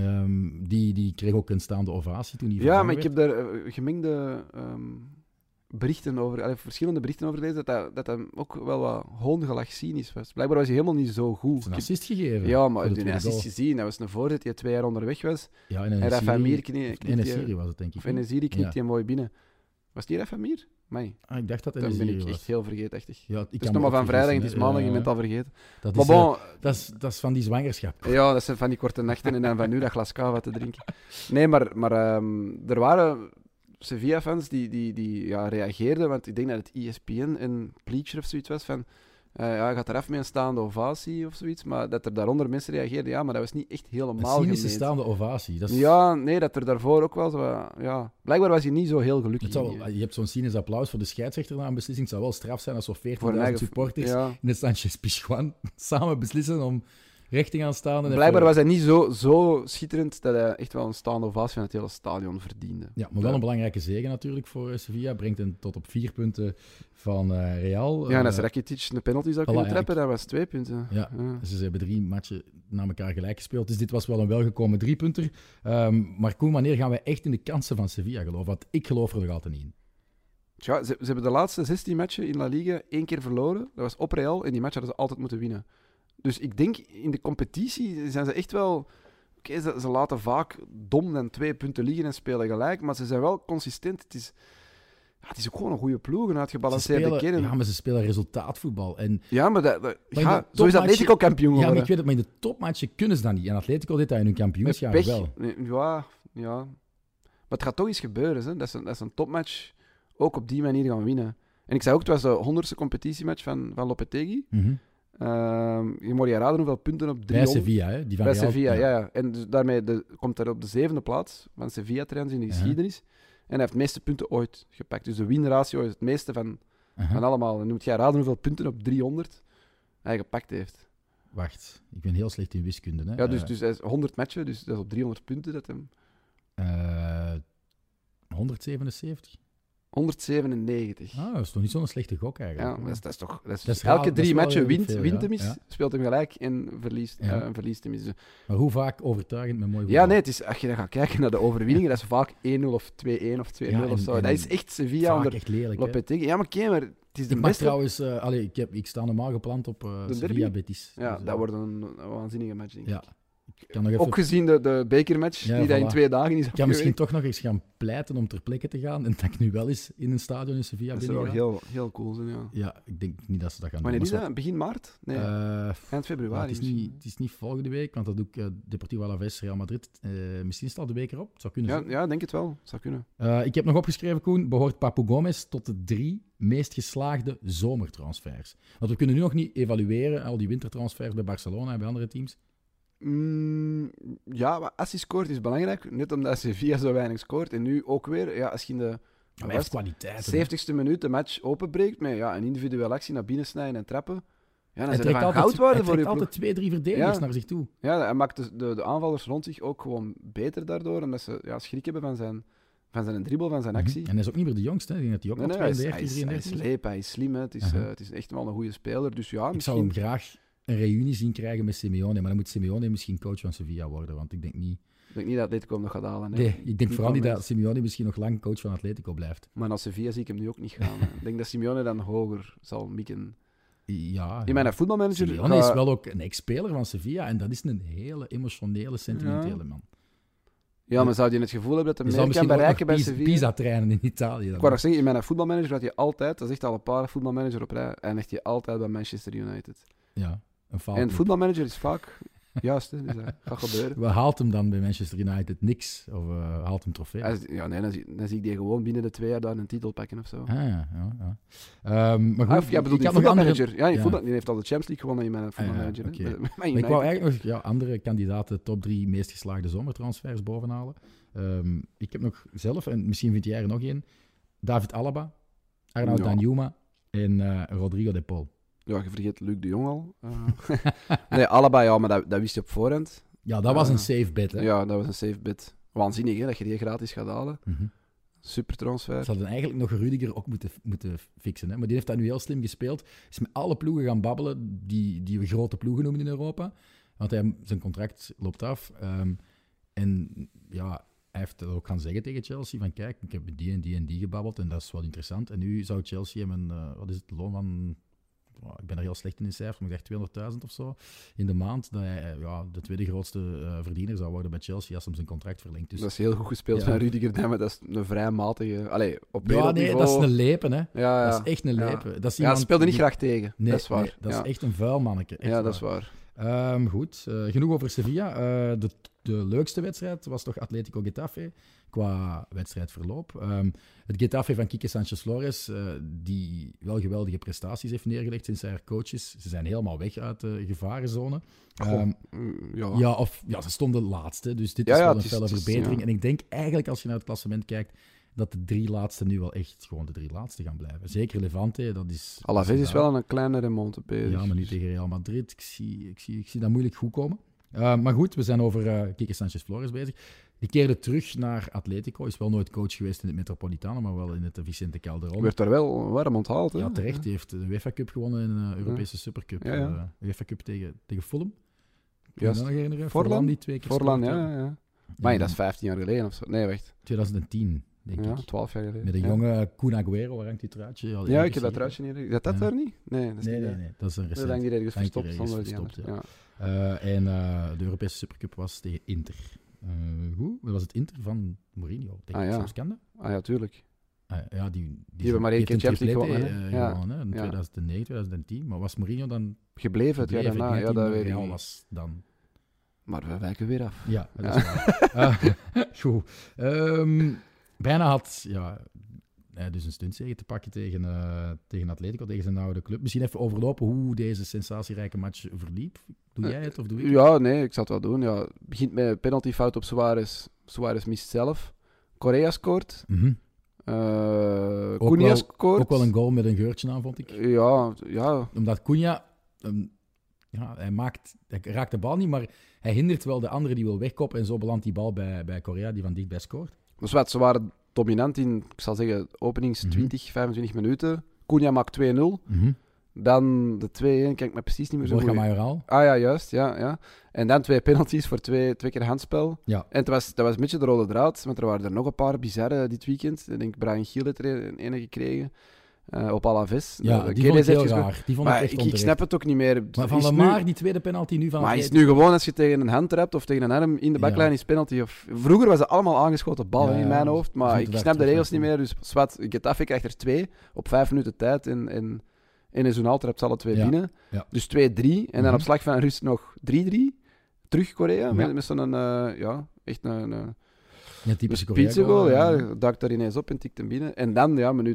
Die kreeg ook een staande ovatie toen hij Ja, vervangen maar ik werd. heb daar gemengde berichten over, verschillende berichten over gelezen, dat hij ook wel wat hoongelach cynisch was. Blijkbaar was hij helemaal niet zo goed. Is een assist gegeven. Ja, maar voor de die tweede assist goal. gezien, dat was een voorzet die 2 jaar onderweg was. Ja, en En Rafa Mir in Syrië was het, denk ik. Of Enesiri knikt Ja. hij mooi binnen. Was die Rafa Mir? Nee, Ik dacht dat dan ben Enesiri ik was. echt heel vergeetachtig. Ja, ik Het is kan nog me maar ook van vrijdag, het is vergissen, maandag, hè. je bent het al vergeten. Dat Maar is, bon, dat is van die zwangerschap. ja, dat zijn van die korte nachten en dan van nu dat glas cava te drinken. Nee, maar er waren Sevilla-fans die reageerden, want ik denk dat het ESPN en Bleacher of zoiets was van hij gaat eraf met een staande ovatie of zoiets, maar dat er daaronder mensen reageerden, ja, maar dat was niet echt Een helemaal cynische gemeend. staande ovatie. Dat is, Ja, nee, dat er daarvoor ook wel zo... Ja, blijkbaar was hij niet zo heel gelukkig. het zou, je hebt zo'n cynisch applaus voor de scheidsrechter na een beslissing. Het zou wel straf zijn als zo'n 40.000 Voor een eigen- supporters Ja. in het Sanchez Pizjuan samen beslissen om recht te gaan staan. En Blijkbaar even- was hij niet zo schitterend dat hij echt wel een staande ovatie van het hele stadion verdiende. Ja, maar wel een belangrijke zege natuurlijk voor Sevilla. Brengt hen tot op 4 punten van Real. Ja, en als Rakitic een penalty zou kunnen voilà, ja, trappen, dat was 2 punten. Ja, dus ze hebben 3 matchen na elkaar gelijk gespeeld. Dus dit was wel een welgekomen 3-punter. Maar Koen, wanneer gaan wij echt in de kansen van Sevilla geloven? Want ik geloof er nog altijd niet in. Tja, ze hebben de laatste 16 matchen in La Liga 1 keer verloren. Dat was op Real en die match hadden ze altijd moeten winnen. Dus ik denk, in de competitie zijn ze echt wel... Oké, ze laten vaak dom dan 2 punten liggen en spelen gelijk, maar ze zijn wel consistent. Het is ook gewoon een goede ploeg, een Ze uitgebalanceerde spelen, kern. ja, maar ze spelen resultaatvoetbal. En Ja, maar in zo is topmatchen- Atletico kampioen ja, maar geworden. ik weet het, maar in de topmatchen kunnen ze dat niet. En Atletico deed dat in hun Met kampioenschap pech. wel. Nee, ja. Maar het gaat toch eens gebeuren. Hè? Dat is een topmatch ook op die manier gaan winnen. En ik zei ook, het was de 100ste competitiematch van Lopetegui. Mhm. Je moet je raden hoeveel punten op 300... Bij Sevilla, hè? Die van Bij Real. Sevilla, ja. En dus daarmee komt hij op de 7e plaats van Sevilla-trainers in de geschiedenis. En hij heeft de meeste punten ooit gepakt. Dus de win-ratio is het meeste van allemaal. En nu moet jij raden hoeveel punten op 300 hij gepakt heeft. Wacht, ik ben heel slecht in wiskunde. Hè? Ja, dus hij is 100 matchen, dus dat is op 300 punten dat hem... 177. 197. Ah, dat is toch niet zo'n slechte gok Ja, eigenlijk. dat is toch... Dat is elke raar, dat 3 is wel matchen redelijk veel, wint ja. hem eens, Ja. speelt hem gelijk en verliest hem eens. Dus, Maar hoe vaak overtuigend met mooi ja, voetbal? nee, het is, als je dan gaat kijken naar de overwinningen, dat is vaak 1-0 of 2-1 of 2-0 Ja, of zo. en Dat is echt Sevilla Vaak onder echt lelijk. Hè? Lopetegui. Ja, maar oké, maar het is de Ik mag beste... trouwens... ik sta normaal gepland op De Sevilla derby? Betis. Ja, Dus, dat wordt een waanzinnige match, denk ik. Ja. Ik kan nog even... Ook gezien de bekermatch, Ja, die dat in voilà. 2 dagen is Ik kan misschien afgewerkt. toch nog eens gaan pleiten om ter plekke te gaan. En dat ik nu wel eens in een stadion in Sevilla Dat ben. zou wel heel cool zijn, ja. Ja, ik denk niet dat ze dat gaan Wanneer doen. is maar dat? Begin maart? Nee, zwart. eind februari. het, is misschien. niet, het is niet volgende week, want dat doe ik Deportivo Alaves, Real Madrid. Misschien is het al de week erop. Het zou kunnen zijn. Ja, denk het wel. Zou kunnen. Ik heb nog opgeschreven, Koen, behoort Papu Gomez tot de 3 meest geslaagde zomertransfers? Want we kunnen nu nog niet evalueren, al die wintertransfers bij Barcelona en bij andere teams. Ja, maar als hij scoort is belangrijk. Net omdat Sevilla zo weinig scoort. En nu ook weer, ja, als je in de Maar hij heeft kwaliteit. 70ste minuut de match openbreekt met een individuele actie naar binnen snijden en trappen. Ja, dan Hij zijn er trekt van goud waarde hij voor je trekt ploeg. altijd 2-3 verdedigers Ja. naar zich toe. Ja, hij maakt de aanvallers rond zich ook gewoon beter daardoor. Omdat ze schrik hebben van zijn dribbel, van zijn actie. En hij is ook niet meer de jongste. Hè. Ik denk dat hij ook Nee, al hij 32, is 33 is. leep, hij is slim. Hè. Het is echt wel een goede speler. Dus ja, Ik zou hem misschien... graag een reunie zien krijgen met Simeone, maar dan moet Simeone misschien coach van Sevilla worden, want ik denk niet... Ik denk niet dat Atletico hem nog gaat halen. Nee, ik denk vooral niet van dat Simeone misschien nog lang coach van Atletico blijft. Maar als Sevilla zie ik hem nu ook niet gaan. Hè. Ik denk dat Simeone dan hoger zal mikken. Ja, In mijn voetbalmanager... Simeone is wel ook een ex-speler van Sevilla en dat is een hele emotionele, sentimentele man. Ja, maar zou je het gevoel hebben dat Je hij zal meer kan misschien ook bereiken bij nog Sevilla? Pisa trainen in Italië. dan. Ik wou nog zeggen, in mijn voetbalmanager dat je altijd, dat is echt al een paar voetbalmanager op rij, eindigt je altijd bij Manchester United. Ja, een fout. En voetbalmanager is vaak juist, hè, dus dat gaat gebeuren. Wat haalt hem dan bij Manchester United? Niks? Of haalt hem trofee? Dan zie ik die gewoon binnen de 2 jaar daar een titel pakken of zo. Ja. Maar goed, Ja, bedoel, ik die had nog andere... voetbalmanager. Ja, Ja. die heeft al de Champions League gewonnen in mijn voetbalmanager. oké. Hè. Bij Maar ik United. wou eigenlijk nog andere kandidaten top 3 meest geslaagde zomertransfers bovenhalen. Ik heb nog zelf, en misschien vind jij er nog één, David Alaba, Arnaud Ja. Danjuma en Rodrigo de Paul. Ja, je vergeet Luc de Jong al. Nee, allebei, ja, maar dat wist je op voorhand. Ja, dat was een safe bet, hè? Ja, dat was een safe bet. Waanzinnig, hè, dat je die gratis gaat halen. Mhm. Super transfer. Ze hadden eigenlijk nog Rudiger ook moeten fixen. Hè? Maar die heeft dat nu heel slim gespeeld. Is met alle ploegen gaan babbelen die we grote ploegen noemen in Europa. Want zijn contract loopt af. En ja, hij heeft ook gaan zeggen tegen Chelsea van kijk, ik heb die en die en die gebabbeld en dat is wel interessant. En nu zou Chelsea hem een loon van... ik ben er heel slecht in de cijfers, maar ik dacht 200.000 of zo in de maand. Dat hij de tweede grootste verdiener zou worden bij Chelsea als hem zijn contract verlengt. Dus, dat is heel goed gespeeld van Rudiger, maar dat is een vrij matige... Allee, op ja, nee, wereldniveau... dat is een lepen, hè. Ja. Dat is echt een lepen. Dat is hij speelde niet graag tegen, nee, dat is waar. Nee, dat is echt een vuil manneke. Echt ja, dat is waar. Goed, genoeg over Sevilla. De leukste wedstrijd was toch Atletico Getafe, qua wedstrijdverloop. Het Getafe van Quique Sánchez-Flores, die wel geweldige prestaties heeft neergelegd sinds hij er coach is. Ze zijn helemaal weg uit de gevarenzone. Ze stonden laatste, dus dit is wel een felle verbetering. Ja. En ik denk eigenlijk, als je naar het klassement kijkt, dat de 3 laatste nu wel echt gewoon de 3 laatste gaan blijven. Zeker Levante, dat is... Alaves is wel een kleine remonte bezig. Ja, maar nu tegen Real Madrid. Ik zie dat moeilijk goed komen. Maar goed, we zijn over Quique Sánchez-Flores bezig. Die keerde terug naar Atletico. Is wel nooit coach geweest in het Metropolitano, maar wel in het Vicente Calderón. Werd daar wel warm onthaald, hè? Ja, terecht. Die heeft de UEFA Cup gewonnen in de Europese Supercup. De UEFA Cup tegen Fulham. Kun je dat nog herinneren? Forlan die 2 keer Forlan, ja. Maar dat is 15 jaar geleden of zo. Nee, wacht. 2010, denk ik. 12 jaar geleden. Met een jonge Kun Agüero, waar hangt die truitje? Ja, ik heb dat truitje niet. Is dat daar niet? Nee, dat is nee, niet. Nee, dat is een recent. Dat lang die ergens verstopt. En de Europese Supercup was tegen Inter. Hoe? Dat was het Inter van Mourinho, denk ik. Zelfs kende. Ja, tuurlijk. Die hebben maar één keer Champions League gewonnen. In 2009, 2010. Maar was Mourinho dan... Gebleven het jaar daarna? Ja, dat weet ik niet. Was dan... Maar we wijken weer af. Ja, dat is waar. Goed. Bijna had... dus een stuntzege te pakken tegen Atletico, tegen zijn oude club. Misschien even overlopen hoe deze sensatierijke match verliep. Doe jij het of doe ik het? Ja, nee, ik zal het wel doen. Ja, het begint met een penaltyfout op Suarez. Suarez mist zelf. Correa scoort. Cunha scoort. Ook wel een goal met een geurtje aan, vond ik. Ja. Omdat Cunha... hij raakt de bal niet, maar hij hindert wel de andere die wil wegkoppen. En zo belandt die bal bij Correa, die van dichtbij scoort. Dus wat, ze waren dominant in, ik zal zeggen, openings 20, 25 minuten. Cunha maakt 2-0. Dan de 2-1, kan ik me precies niet meer zo goed... Borja Majoral. Ah ja, juist. Ja. En dan 2 penalties voor twee keer handspel. Ja. En dat was een beetje de rode draad, want er waren er nog een paar bizarre dit weekend. Ik denk Brian Giel heeft er een gekregen. Op Alaves. Ja, die vond ik heel raar. Die vond ik echt ik snap het ook niet meer. Maar van Lamar, die tweede penalty nu van... Maar is nu gewoon als je tegen een hand trapt of tegen een arm in de backline is penalty. Vroeger was het allemaal aangeschoten bal in mijn hoofd, maar ik snap de regels niet meer. Dus Getafe krijgt er 2 op 5 minuten tijd en Enezounal trapt alle 2 binnen. Ja. Dus 2-3 en dan op slag van rust nog 3-3. Terug Korea, met zo'n echt een typische Korea-goal. Duikt daar ineens op en tikt hem binnen. En dan, minuut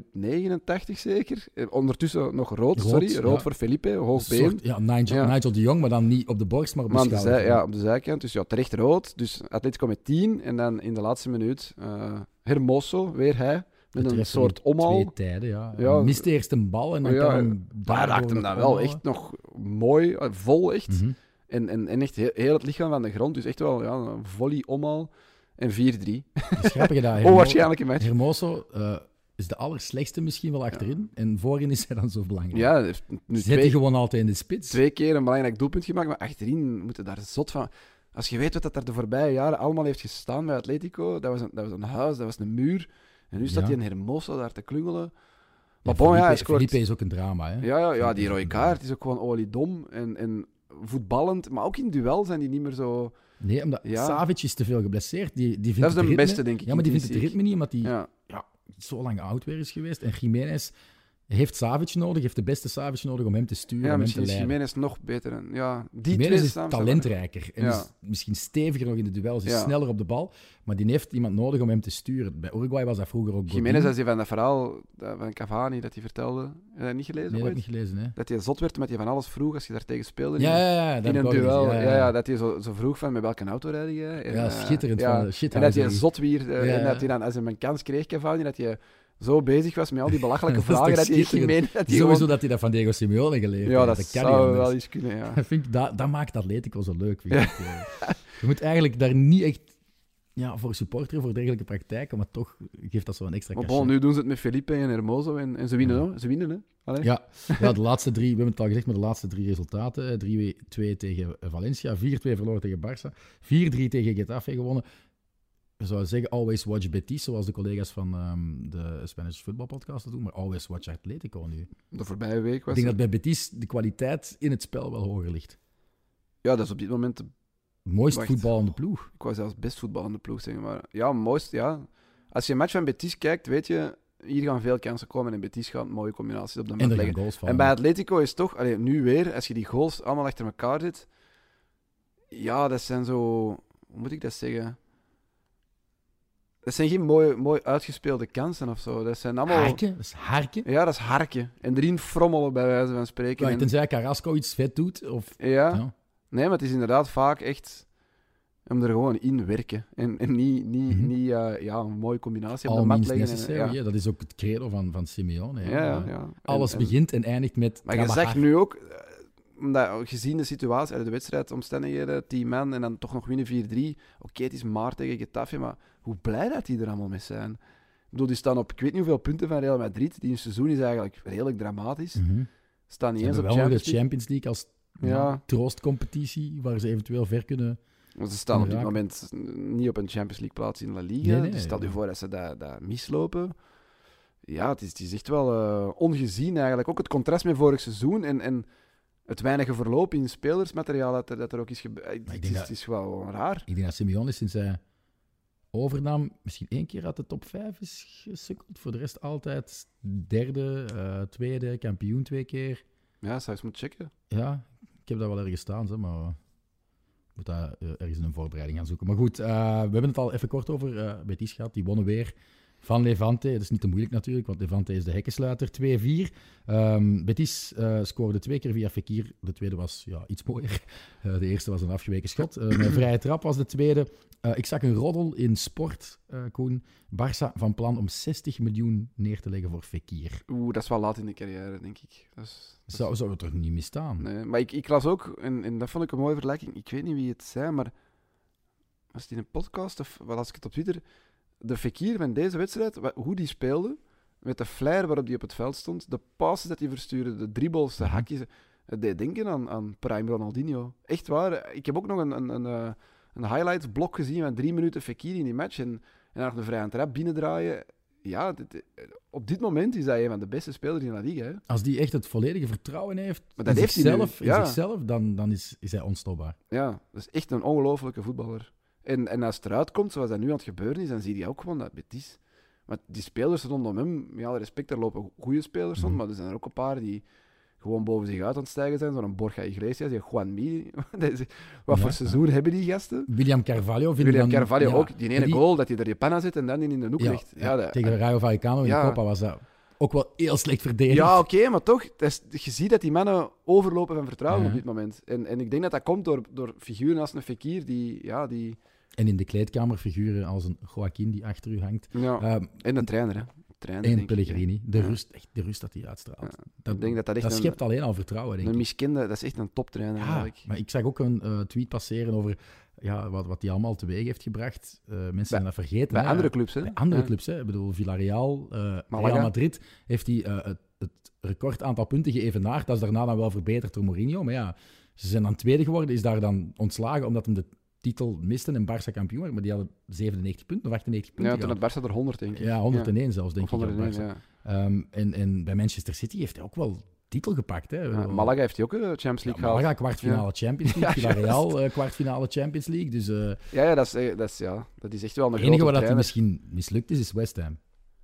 89 zeker. Ondertussen nog rood voor Felipe, hoogbeen. Nigel de Jong, maar dan niet op de borst, maar op de schouder. Op de zijkant. Dus terecht rood. Dus Atletico met 10. En dan in de laatste minuut Hermoso, weer hij. Met een soort omhaal. 2 tijden, ja. Miste eerst een bal en dan kan hem... Hij raakt hem dan wel echt nog mooi, vol echt. En echt heel het lichaam van de grond. Dus echt wel een volley omhaal. En 4-3. Grappig dat waarschijnlijk een match. Hermoso is de allerslechtste misschien wel achterin. En voorin is hij dan zo belangrijk. Ja, nu zit hij gewoon altijd in de spits. 2 keer een belangrijk doelpunt gemaakt, maar achterin moeten daar zot van... Als je weet wat dat er de voorbije jaren allemaal heeft gestaan bij Atletico, dat was een huis, dat was een muur. En nu staat hij in Hermoso daar te klungelen. Maar hij scoort... Felipe is ook een drama, hè? Ja, die rode kaart is ook gewoon oliedom en voetballend. Maar ook in duel zijn die niet meer zo... Nee, omdat Savic is te veel geblesseerd. Die vindt dat is de ritme, beste, denk ik. Ja, maar die vindt het ritme niet, omdat hij zo lang oud weer is geweest. En Jiménez heeft Savic nodig, heeft de beste Savic nodig om hem te sturen, om hem te leiden. Ja, misschien is Jiménez nog beter. Jiménez is talentrijker en is misschien steviger nog in de duels, is sneller op de bal, maar die heeft iemand nodig om hem te sturen. Bij Uruguay was dat vroeger ook Jiménez, als je van dat verhaal van Cavani dat hij vertelde, heb je dat niet gelezen? Nee, dat heb ik niet gelezen. Hè? Dat hij zot werd met je van alles vroeg als je daar tegen speelde. In een duel. Dat hij zo vroeg van met welke auto rijd je? Schitterend. En dat hij zot weer, en dat hij dan, als hij een kans kreeg, Cavani, dat je zo bezig was met al die belachelijke vragen dat hij ging meen. Sowieso dat hij dat van Diego Simeone geleerd heeft. Dat zou wel eens kunnen, dat maakt Atletico zo leuk, vind ik. Je moet eigenlijk daar niet echt ja, voor supporter, voor dergelijke praktijken, maar toch geeft dat zo een extra Maar cachet. bon, nu doen ze het met Felipe en Hermoso en ze winnen, hoor. Ze winnen, hè. Allee. Ja, de laatste 3, we hebben het al gezegd, maar de laatste 3 resultaten. 3-2 tegen Valencia, 4-2 verloren tegen Barça, 4-3 tegen Getafe gewonnen. We zouden zeggen, always watch Betis, zoals de collega's van de Spanish Football Podcast doen, maar always watch Atletico nu. De voorbije week Ik was denk dat bij Betis de kwaliteit in het spel wel hoger ligt. Ja, dat is op dit moment... Mooist Wacht. voetballende ploeg. Ik wou zelfs best voetballende ploeg zeggen, maar... Ja, mooist, ja. Als je een match van Betis kijkt, weet je... Hier gaan veel kansen komen en Betis gaat mooie combinaties op de En mat er leggen. gaan goals van. En bij Atletico is toch... Allee, nu weer, als je die goals allemaal achter elkaar zit... Ja, dat zijn zo... Hoe moet ik dat zeggen? Dat zijn geen mooi uitgespeelde kansen of zo. Dat zijn allemaal... Harken, dat is harken. Ja, dat is harken. En erin frommelen, bij wijze van spreken. Ja, En- tenzij Carrasco iets vet doet. Of, ja. ja. Nee, maar het is inderdaad vaak echt... Om er gewoon in werken. En niet een mooie combinatie op All de mat means leggen. necessary. En, Ja, dat is ook het credo van Simeone. hè. ja. Alles En- begint en eindigt met Maar je trabajar. zegt nu ook, omdat gezien de situatie, de wedstrijdomstandigheden, 10 man en dan toch nog winnen 4-3. Oké, het is maar tegen Getafe, maar hoe blij dat die er allemaal mee zijn. Ik bedoel, die staan op ik weet niet hoeveel punten van Real Madrid. Die seizoen is eigenlijk redelijk dramatisch. Mhm. Staan niet Ze eens op hebben wel nog de Champions League. Champions League als Ja. troostcompetitie, waar ze eventueel ver kunnen... Want ze staan op dit raken. moment niet op een Champions League plaats in La Liga. Nee, Dus stel je ja. voor dat ze dat mislopen. Ja, het is echt wel ongezien eigenlijk. Ook het contrast met vorig seizoen en het weinige verloop in spelersmateriaal dat er ook is gebeurd. denk Het dat- is wel raar. Ik denk dat Simeone sinds hij overnam misschien 1 keer uit de top 5 is gesukkeld. Voor de rest altijd derde, tweede, kampioen 2 keer. Ja, zou je eens moeten checken. Ja, ik heb dat wel ergens staan, zeg, maar ik moet dat ergens in een voorbereiding gaan zoeken. Maar goed, we hebben het al even kort over Betis gehad. Die wonnen weer van Levante. Dat is niet te moeilijk natuurlijk, want Levante is de hekkensluiter. 2-4. Betis scoorde 2 keer via Fekir. De tweede was iets mooier. De eerste was een afgeweken schot. Een vrije trap was de tweede. Ik zag een roddel in sport, Koen. Barça van plan om 60 miljoen neer te leggen voor Fekir. Oeh, dat is wel laat in de carrière, denk ik. Zou het er niet misstaan? Nee, maar ik las ook, en dat vond ik een mooie vergelijking. Ik weet niet wie het zei, maar was het in een podcast of wat las ik het op Twitter? De Fekir van deze wedstrijd, hoe die speelde, met de flair waarop die op het veld stond, de passes dat hij verstuurde, de dribbles, de hakjes, het deed denken aan Prime Ronaldinho. Echt waar. Ik heb ook nog een highlights-blok gezien van 3 minuten Fekir in die match en dan nog een vrije trap binnendraaien. Ja, op dit moment is hij een van de beste spelers in La Liga. Hè. Als die echt het volledige vertrouwen heeft Maar dat in heeft hij nu, zichzelf, ja. dan is hij onstopbaar. Ja, dat is echt een ongelofelijke voetballer. En als het eruit komt, zoals dat nu aan het gebeuren is, dan zie je ook gewoon dat Betis. Maar die spelers rondom hem, met alle respect, er lopen goede spelers rond, maar er zijn er ook een paar die gewoon boven zich uit aan het stijgen zijn. Zo'n Borja Iglesias, die Juanmi. Wat voor seizoen hebben die gasten? William Carvalho vind William ik dan... Carvalho ja, ook. Die ene die- goal dat hij er die panna zit en dan in de hoek ja, ligt. ja, tegen Rayo Vallecano in Ja. de Copa was dat ook wel heel slecht verdedigd. Ja, oké, maar toch, je ziet dat die mannen overlopen van vertrouwen Ja. op dit moment. En ik denk dat dat komt door figuren als een Fekir, die En in de kleedkamer figuren als een Joaquin die achter u hangt. ja. En de trainer, hè. Trainer, En denk ik, Pellegrini. hè. De rust dat hij uitstraalt. Ja. Ik denk dat dat echt schept alleen al vertrouwen, denk een ik. miskende, dat is echt een toptrainer Ja, eigenlijk. maar ik zag ook een tweet passeren over wat hij allemaal teweeg heeft gebracht. Mensen zijn dat vergeten. Bij hè. andere clubs, hè? Bij andere Ja. clubs, hè. Ik bedoel, Villarreal, Malaga. Real Madrid heeft hij het record aantal punten geëvenaard. Dat is daarna dan wel verbeterd door Mourinho. Maar ja, ze zijn dan tweede geworden, is daar dan ontslagen omdat hem de titel miste en Barça kampioen werd. Maar die hadden 97 punten of 98 punten Ja, toen gehad. had Barça er 100, denk ik. Ja, 101 zelfs, denk Of ik. op 101, Barça. ja. En bij Manchester City heeft hij ook wel titel gepakt. Hè. Ja, Malaga heeft hij ook de Champions League gehaald. Malaga kwartfinale Champions League, Ja, Villarreal kwartfinale Champions League. Dus Ja, dat is echt wel een het enige grote waar dat hij trainer. misschien mislukt is West Ham.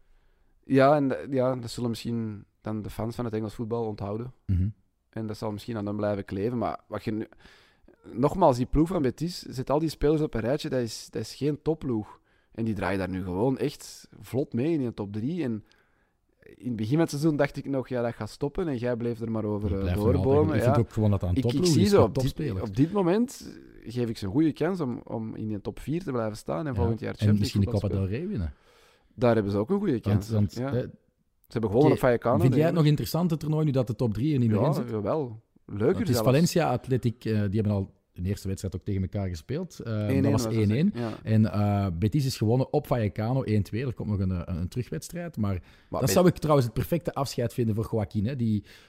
Ja, dat zullen misschien dan de fans van het Engels voetbal onthouden. Mhm. En dat zal misschien aan hem blijven kleven. Maar wat je nu... Nogmaals, die ploeg van Betis zet al die spelers op een rijtje. Dat is geen topploeg. En die draaien daar nu gewoon echt vlot mee in de top 3. En in het begin van het seizoen dacht ik nog, ja, dat gaat stoppen. En jij bleef er maar over Ik blijf nog altijd- doorbomen. Ik Ja. vind ook gewoon dat dat een Ik topploeg zie is, ze met op topspelers. dit moment geef ik ze een goede kans om in de top 4 te blijven staan en Ja. volgend jaar En Champions misschien de League Copa voetbal del Rey winnen. spelen. Daar hebben ze ook een goede kans. Want, Ja. hè, Ze hebben gewonnen oké, op Vallecano. vind jij het denk nog interessant, het toernooi, nu dat de top 3 er niet ik. meer in Ja, zit? jawel. Leuker Het is zelfs. Valencia, Athletic, die hebben al de eerste wedstrijd ook tegen elkaar gespeeld. 1-1 dat was 1-1. Ja. En Betis is gewonnen op Vallecano 1-2. Er komt nog een terugwedstrijd. Maar dat Bet- zou ik trouwens het perfecte afscheid vinden voor Joaquin. Hè?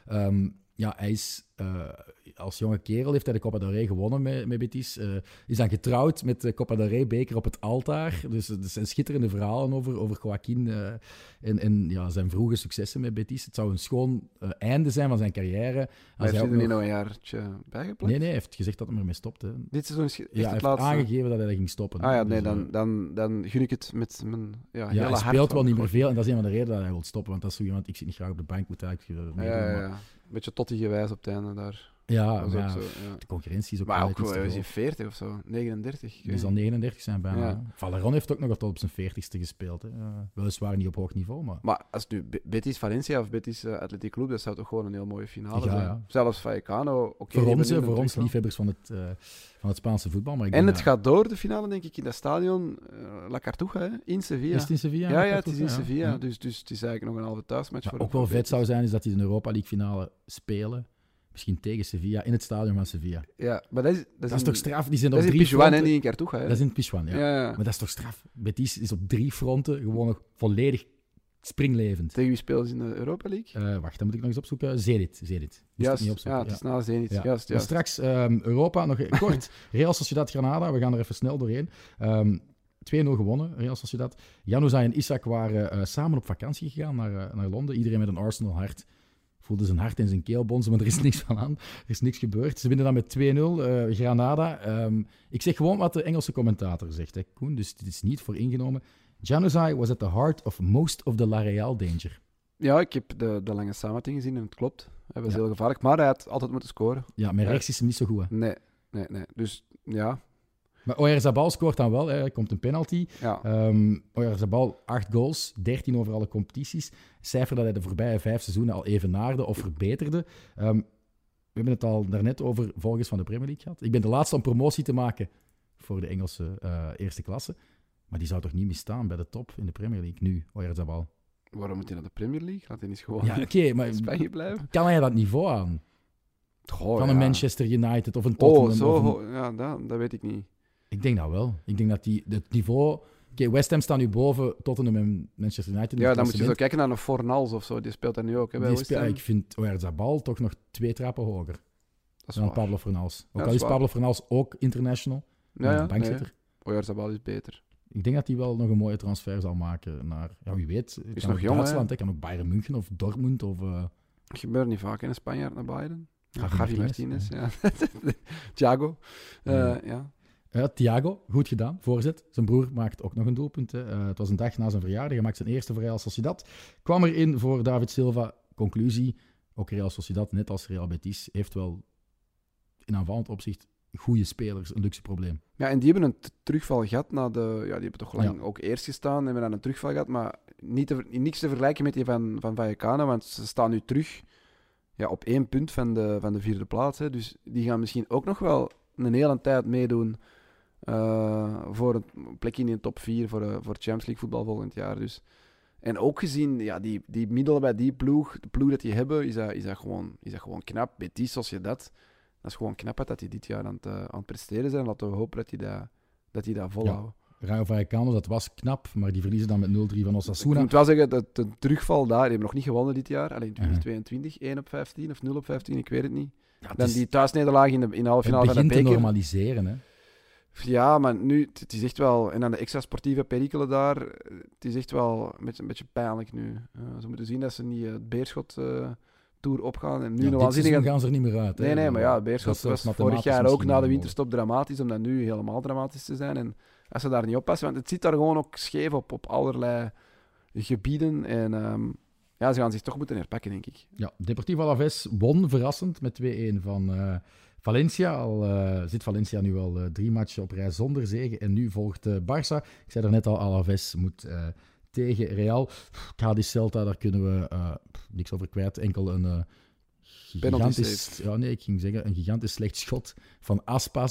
Hij is als jonge kerel heeft hij de Copa del Rey gewonnen met Betis. Is dan getrouwd met de Copa del Rey beker op het altaar. Dus er zijn schitterende verhalen over Joaquin en zijn vroege successen met Betis. Het zou een schoon einde zijn van zijn carrière. Maar heeft hij er niet nog een jaartje bijgeplakt? Nee, hij heeft gezegd dat hij ermee stopt. Hè. Dit seizoen is echt Hij het heeft laatste. aangegeven dat hij ging stoppen. Ah ja, nee, Dus, dan gun ik het met mijn hele hij hart speelt van wel niet meer Joaquin. veel en dat is een van de redenen dat hij wil stoppen. Want dat is zo iemand, ik zit niet graag op de bank, moet eigenlijk meedoen. Ja. Maar Een beetje tottie-gewijs op het einde daar. ja, Dat is maar ook ja, zo, ja. de concurrentie is ook Maar wel ook, iets te is groot. hij 40 of zo? 39? Die zal 39 zijn bijna. Ja. Ja. Valeron heeft ook nog tot op zijn 40ste gespeeld. Hè. Weliswaar niet op hoog niveau, maar... Maar als nu Betis Valencia of Betis Athletic Club, dat zou toch gewoon een heel mooie finale Ja, zijn. ja. Zelfs Vallecano. Oké, voor die ons, hebben nu een voor ons terugval. liefhebbers van het Spaanse voetbal. Maar ik En denk het dat- gaat door, de finale, denk ik, in dat stadion La Cartuja, hè, in Sevilla. Is het in Sevilla? Ja, Dat het is in ja. Sevilla. Ja. Dus het is eigenlijk nog een halve thuismatch. Maar voor ook wel voor vet Betis. zou zijn is dat die de Europa League finale spelen. Misschien tegen Sevilla, in het stadion van Sevilla. Ja, maar dat is toch straf? Die zijn Dat op is in 3 Pijuan, hè, fronten. niet in Cartuja. Hè? Dat is in Pijuan, ja. Ja. Maar dat is toch straf? Betis is op 3 fronten gewoon nog volledig springlevend. Tegen wie spelen ze in de Europa League? Wacht, dan moet ik nog eens opzoeken. Zenit. Moest ik Juist, niet opzoeken. ja, het is na Zenit. Ja. Juist. Maar straks Europa, nog kort. Real Sociedad Granada, we gaan er even snel doorheen. 2-0 gewonnen, Real Sociedad. Januzaj en Isak waren samen op vakantie gegaan naar Londen. Iedereen met een Arsenal-hart voelde zijn hart in zijn keel bonzen, maar er is niks van aan. Er is niks gebeurd. Ze winnen dan met 2-0 Granada. Ik zeg gewoon wat de Engelse commentator zegt, hè, Koen, dus dit is niet voor ingenomen. Januzaj was at the heart of most of the La Real danger. Ja, ik heb de lange samenvatting gezien en het klopt. Hij was Ja. heel gevaarlijk, maar hij had altijd moeten scoren. Ja, met rechts is hem niet zo goed. Hè. Nee. Dus ja. Maar Oyarzabal scoort dan wel. Hè. Er komt een penalty. Ja. Oyarzabal, 8 goals, 13 over alle competities. Cijfer dat hij de voorbije 5 seizoenen al evenaarde of verbeterde. We hebben het al daarnet over volgers van de Premier League gehad. Ik ben de laatste om promotie te maken voor de Engelse eerste klasse. Maar die zou toch niet misstaan bij de top in de Premier League nu, Oyarzabal? Waarom moet hij naar de Premier League? Laat hij niet gewoon Ja, oké, maar in Spanje blijven? kan hij dat niveau aan? Goh, Van ja. een Manchester United of een Tottenham? Oh, zo. of een- Ja, dat weet ik niet. Ik denk dat wel. Ik denk dat het niveau... Oké, West Ham staat nu boven Tottenham en Manchester United. in Ja, het dan moet je zo klassement. kijken naar een Fornals of zo. Die speelt daar nu ook, hè, bij Die West speel- Ham. ik vind Oyarzabal toch nog 2 trappen hoger Dat is dan waar. Pablo Fornals. Ook dat al is is waar. Pablo Fornals ook international, Ja, bankzitter. Oyarzabal is beter. Ik denk dat hij wel nog een mooie transfer zal maken naar... Ja, wie weet. Kan nog ook jong, Duitsland, hè. Kan ook Bayern München of Dortmund of... Dat gebeurt niet vaak in een Spanjaard naar Bayern. Ja, Javi Javi Martinez, Martinez, ja. Thiago. Ja. Thiago, goed gedaan, voorzet. Zijn broer maakt ook nog een doelpunt. Hè. Het was een dag na zijn verjaardag. Hij maakt zijn eerste voor Real Sociedad. Kwam erin voor David Silva. Conclusie, ook Real Sociedad, net als Real Betis, heeft wel in aanvallend opzicht goede spelers, een luxe probleem. Ja, en die hebben een terugval gehad na de... Ja, die hebben toch lang ook eerst gestaan en hebben dan een terugval gehad, maar niks te vergelijken met die van Vallecano, want ze staan nu terug op 1 punt van de 4e plaats. Hè. Dus die gaan misschien ook nog wel een hele tijd meedoen voor een plekje in de top 4 voor Champions League voetbal volgend jaar. Dus. En ook gezien die middelen bij die ploeg, de ploeg dat die hebben, is dat gewoon knap. Betis, zoals je dat is gewoon knap dat die dit jaar aan het presteren zijn. Laten we hopen dat die dat volhouden. Rayo Vallecano, dat was knap, maar die verliezen dan met 0-3 van Osasuna. Ik moet wel zeggen, dat de terugval daar, die hebben nog niet gewonnen dit jaar. Alleen 2022, 1 op 15 of 0 op 15, ik weet het niet. Ja, Dan die thuisnederlaag in de halve finale het van de begint te beker. normaliseren, hè. Ja, maar nu, het is echt wel... En dan de extra sportieve perikelen daar, het is echt wel een beetje pijnlijk nu. Ze moeten zien dat ze niet het Beerschot-tour opgaan. En nu nog Dit waanzinnig... seizoen gaan ze er niet meer uit. Hè. Nee, maar ja, Dat Beerschot is zelfs was vorig jaar ook mathematisch na de misschien winterstop dramatisch, om dat nu helemaal dramatisch te zijn. En als ze daar niet oppassen, want het zit daar gewoon ook scheef op allerlei gebieden. En ze gaan zich toch moeten herpakken, denk ik. Ja, Deportivo Alavés won verrassend met 2-1 van Valencia. Al zit Valencia nu al 3 matchen op rij zonder zege. En nu volgt Barça. Ik zei er net al, Alavés moet tegen Real. Cádiz Celta, daar kunnen we niks over kwijt. Enkel een gigantisch... Ja, nee, ik ging zeggen, een gigantisch slecht schot van Aspas.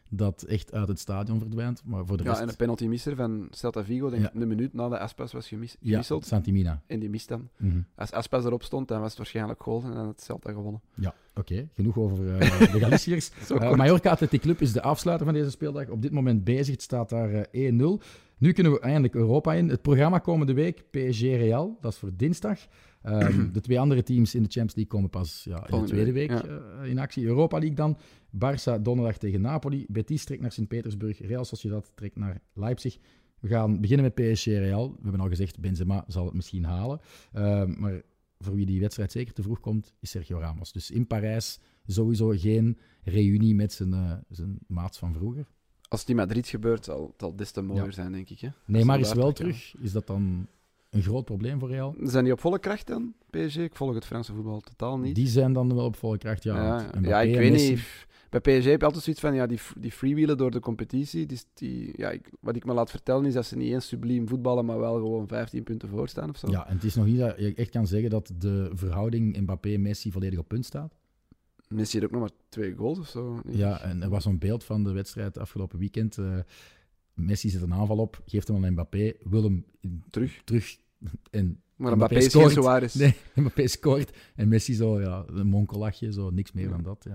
dat echt uit het stadion verdwijnt. Maar voor de rest... en een penalty misser van Celta Vigo, denk ik, een minuut na de Aspas was gewisseld. Ja, Santimina. En die mist dan. Mm-hmm. Als Aspas erop stond, dan was het waarschijnlijk goal en dan had Celta gewonnen. Ja, oké. Genoeg over de Galiciërs. Mallorca Athletic Club is de afsluiter van deze speeldag. Op dit moment bezig. Het staat daar 1-0. Nu kunnen we eindelijk Europa in. Het programma komende week, PSG Real. Dat is voor dinsdag. De 2 andere teams in de Champions League komen pas in de tweede week in actie. Europa League dan. Barça donderdag tegen Napoli. Betis trekt naar Sint-Petersburg. Real Sociedad trekt naar Leipzig. We gaan beginnen met PSG Real. We hebben al gezegd, Benzema zal het misschien halen. Maar voor wie die wedstrijd zeker te vroeg komt, is Sergio Ramos. Dus in Parijs sowieso geen reunie met zijn maats van vroeger. Als het in Madrid gebeurt, zal het des te mooier zijn, denk ik. Hè? Neymar is wel terug. Is dat dan een groot probleem voor Real? Zijn die op volle kracht dan, PSG? Ik volg het Franse voetbal totaal niet. Die zijn dan wel op volle kracht, ja. Ik weet niet. Bij PSG heb je altijd zoiets van, die freewheelen door de competitie. Wat ik me laat vertellen is dat ze niet eens subliem voetballen, maar wel gewoon 15 punten voor staan of zo. Ja, en het is nog niet dat je echt kan zeggen dat de verhouding Mbappé-Messi volledig op punt staat. Messi heeft ook nog maar 2 goals of zo. Ja, en er was zo'n beeld van de wedstrijd afgelopen weekend. Messi zet een aanval op, geeft hem aan Mbappé, wil hem terug en maar Mbappé is geen Suarez. Nee, Mbappé scoort en Messi zo, een monkelachje, zo, niks meer dan dat.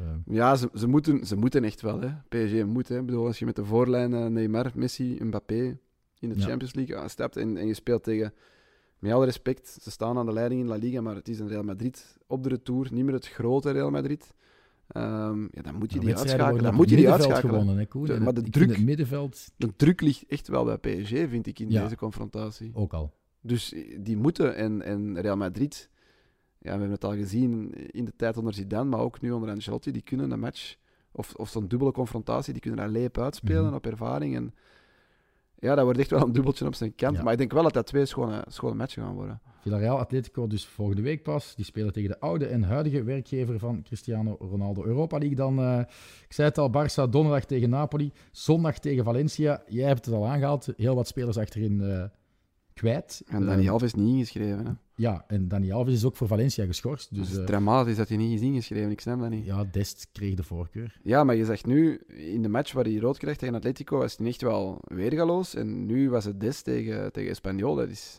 Ze moeten echt wel, hè. PSG moet, hè. Ik bedoel, als je met de voorlijn Neymar, Messi, Mbappé in de Champions League stapt en je speelt tegen, met alle respect, ze staan aan de leiding in La Liga, maar het is een Real Madrid op de retour, niet meer het grote Real Madrid. Dan moet je die uitschakelen. Dan moet je die uitschakelen. Gewonnen, hè, Koen? Maar het middenveld... de druk ligt echt wel bij PSG, vind ik, in deze confrontatie. Ook al. Dus die moeten. En Real Madrid, we hebben het al gezien in de tijd onder Zidane, maar ook nu onder Ancelotti, die kunnen een match, of zo'n dubbele confrontatie, die kunnen daar leep uitspelen op ervaring. En ja, dat wordt echt wel een dubbeltje op zijn kant. Ja. Maar ik denk wel dat 2 schone matchen gaan worden. Villarreal Atletico dus volgende week pas. Die spelen tegen de oude en huidige werkgever van Cristiano Ronaldo. Europa League dan, ik zei het al, Barça donderdag tegen Napoli, zondag tegen Valencia. Jij hebt het al aangehaald, heel wat spelers achterin kwijt. En Dani Alves is niet ingeschreven. Hè? Ja, en Dani Alves is ook voor Valencia geschorst. Dus, het is dramatisch dat hij niet is ingeschreven, ik snap dat niet. Ja, Dest kreeg de voorkeur. Ja, maar je zegt nu, in de match waar hij rood kreeg tegen Atletico, was hij echt wel weergaloos. En nu was het Dest tegen Espanyol. Dat is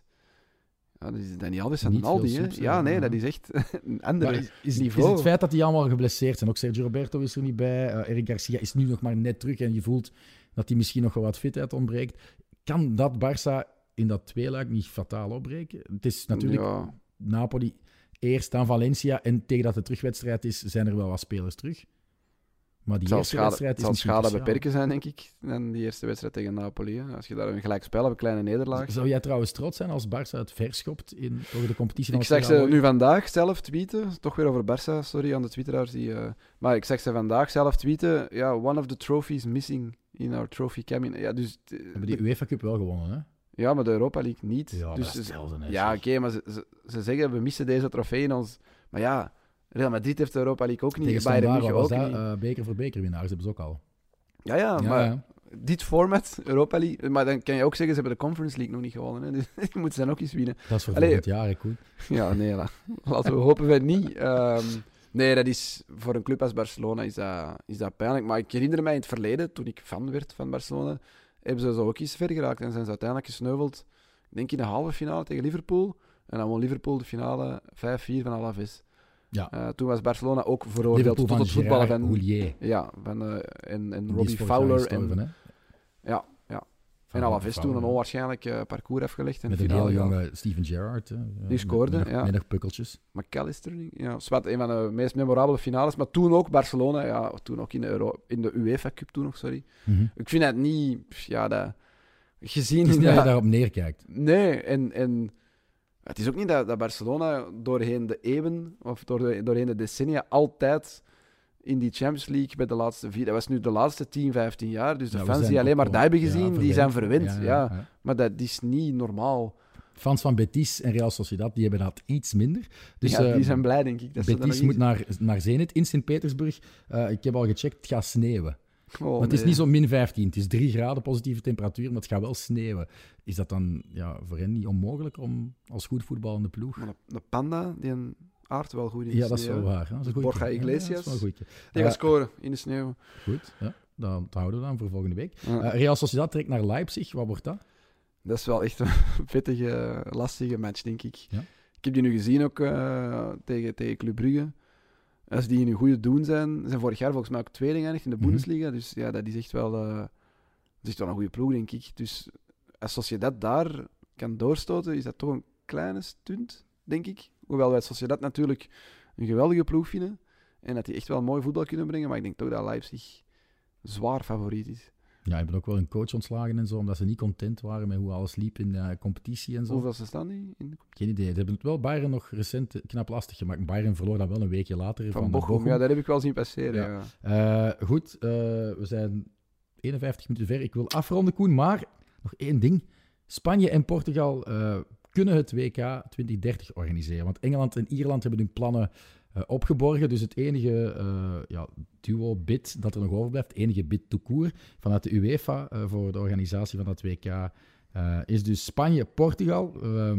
Dani Alves en Aldi, hè? Ja, nee, dat is echt een ander niveau. Is het feit dat die allemaal geblesseerd zijn? Ook Sergio Roberto is er niet bij. Eric Garcia is nu nog maar net terug en je voelt dat hij misschien nog wel wat fitheid ontbreekt. Kan dat Barça in dat tweeluik niet fataal opbreken? Het is natuurlijk Napoli eerst, dan Valencia. En tegen dat de terugwedstrijd is, zijn er wel wat spelers terug. Maar die eerste wedstrijd is misschien schade beperken zijn, denk ik, dan die eerste wedstrijd tegen Napoli. Hè. Als je daar een gelijk spel hebt, een kleine nederlaag. Zou jij trouwens trots zijn als Barça het verschopt door de competitie? Ik zag ze nu vandaag zelf tweeten, toch weer over Barça, sorry aan de twitteraars. Maar ik zag ze vandaag zelf tweeten, one of the trophies missing in our trophy cabinet. Ja, dus hebben die UEFA Cup wel gewonnen, hè? Ja, maar de Europa League niet. Ja, dus, dat is oké, maar ze zeggen, we missen deze trofee in ons... Maar ja, Real Madrid heeft de Europa League ook niet. Tegen Standaard was dat beker voor bekerwinnaars, hebben ze ook al. Ja, maar dit format, Europa League... Maar dan kan je ook zeggen, ze hebben de Conference League nog niet gewonnen. Hè? Dus die moeten ze dan ook eens winnen. Dat is voor volgend jaar, Koen. Ja, nee, laten we hopen we niet. Nee, dat is voor een club als Barcelona is dat pijnlijk. Maar ik herinner mij in het verleden, toen ik fan werd van Barcelona, hebben ze zo ook eens ver geraakt en zijn ze uiteindelijk gesneuveld, ik denk in de halve finale tegen Liverpool. En dan won Liverpool de finale 5-4 van Alaves. Ja. Toen was Barcelona ook veroordeeld tot het voetballen van Houllier. Ja, en Robbie Fowler. Ja. En Alaves toen een onwaarschijnlijk parcours afgelegd. Met een heel jonge Steven Gerrard. Die scoorde, met nog pukkeltjes. McAllister, zwart, een van de meest memorabele finales. Maar toen ook Barcelona, toen ook in de UEFA Cup toen nog, sorry. Mm-hmm. Ik vind het niet, gezien... Het is niet dat je daarop neerkijkt. Nee, en het is ook niet dat Barcelona doorheen de eeuwen, of doorheen de decennia, altijd in die Champions League bij de laatste 4... Dat was nu de laatste 10, 15 jaar. Dus de fans die alleen maar daar hebben gezien, die zijn verwend. Ja. Maar dat is niet normaal. Fans van Betis en Real Sociedad, die hebben dat iets minder. Dus, die zijn blij, denk ik. Dat Betis moet naar Zenit in Sint-Petersburg. Ik heb al gecheckt, het gaat sneeuwen. Maar het is niet zo min 15. Het is 3 graden positieve temperatuur, maar het gaat wel sneeuwen. Is dat dan voor hen niet onmogelijk om als goed voetballende ploeg... Maar een panda, die een aard wel goed in de sneeuw. Ja, dat is wel waar. Dat is Borja Iglesias, dat is wel goed. Die gaat scoren in de sneeuw. Goed, ja. dat houden we dan voor volgende week. Ja. Real Sociedad trekt naar Leipzig. Wat wordt dat? Dat is wel echt een pittige, lastige match, denk ik. Ja. Ik heb die nu gezien ook tegen Club Brugge. Als die in een goede doen zijn vorig jaar volgens mij ook tweede geëindigd in de Bundesliga. Dus ja, dat is echt wel een goede ploeg, denk ik. Dus als Sociedad daar kan doorstoten, is dat toch een kleine stunt, denk ik. Hoewel wij Sociedad natuurlijk een geweldige ploeg vinden. En dat die echt wel mooi voetbal kunnen brengen. Maar ik denk toch dat Leipzig zwaar favoriet is. Ja, ik ben ook wel een coach ontslagen en zo, omdat ze niet content waren met hoe alles liep in de competitie en zo. Hoeveel ze staan die in de Geen idee. Ze hebben het wel Bayern nog recent knap lastig gemaakt. Bayern verloor dan wel een weekje later van Bochum? Ja, dat heb ik wel zien passeren. Ja. Goed, we zijn 51 minuten ver. Ik wil afronden, Koen, maar nog één ding. Spanje en Portugal kunnen het WK 2030 organiseren. Want Engeland en Ierland hebben hun plannen opgeborgen. Dus het enige duo-bid dat er nog overblijft, het enige bid tout court vanuit de UEFA voor de organisatie van dat WK is dus Spanje-Portugal.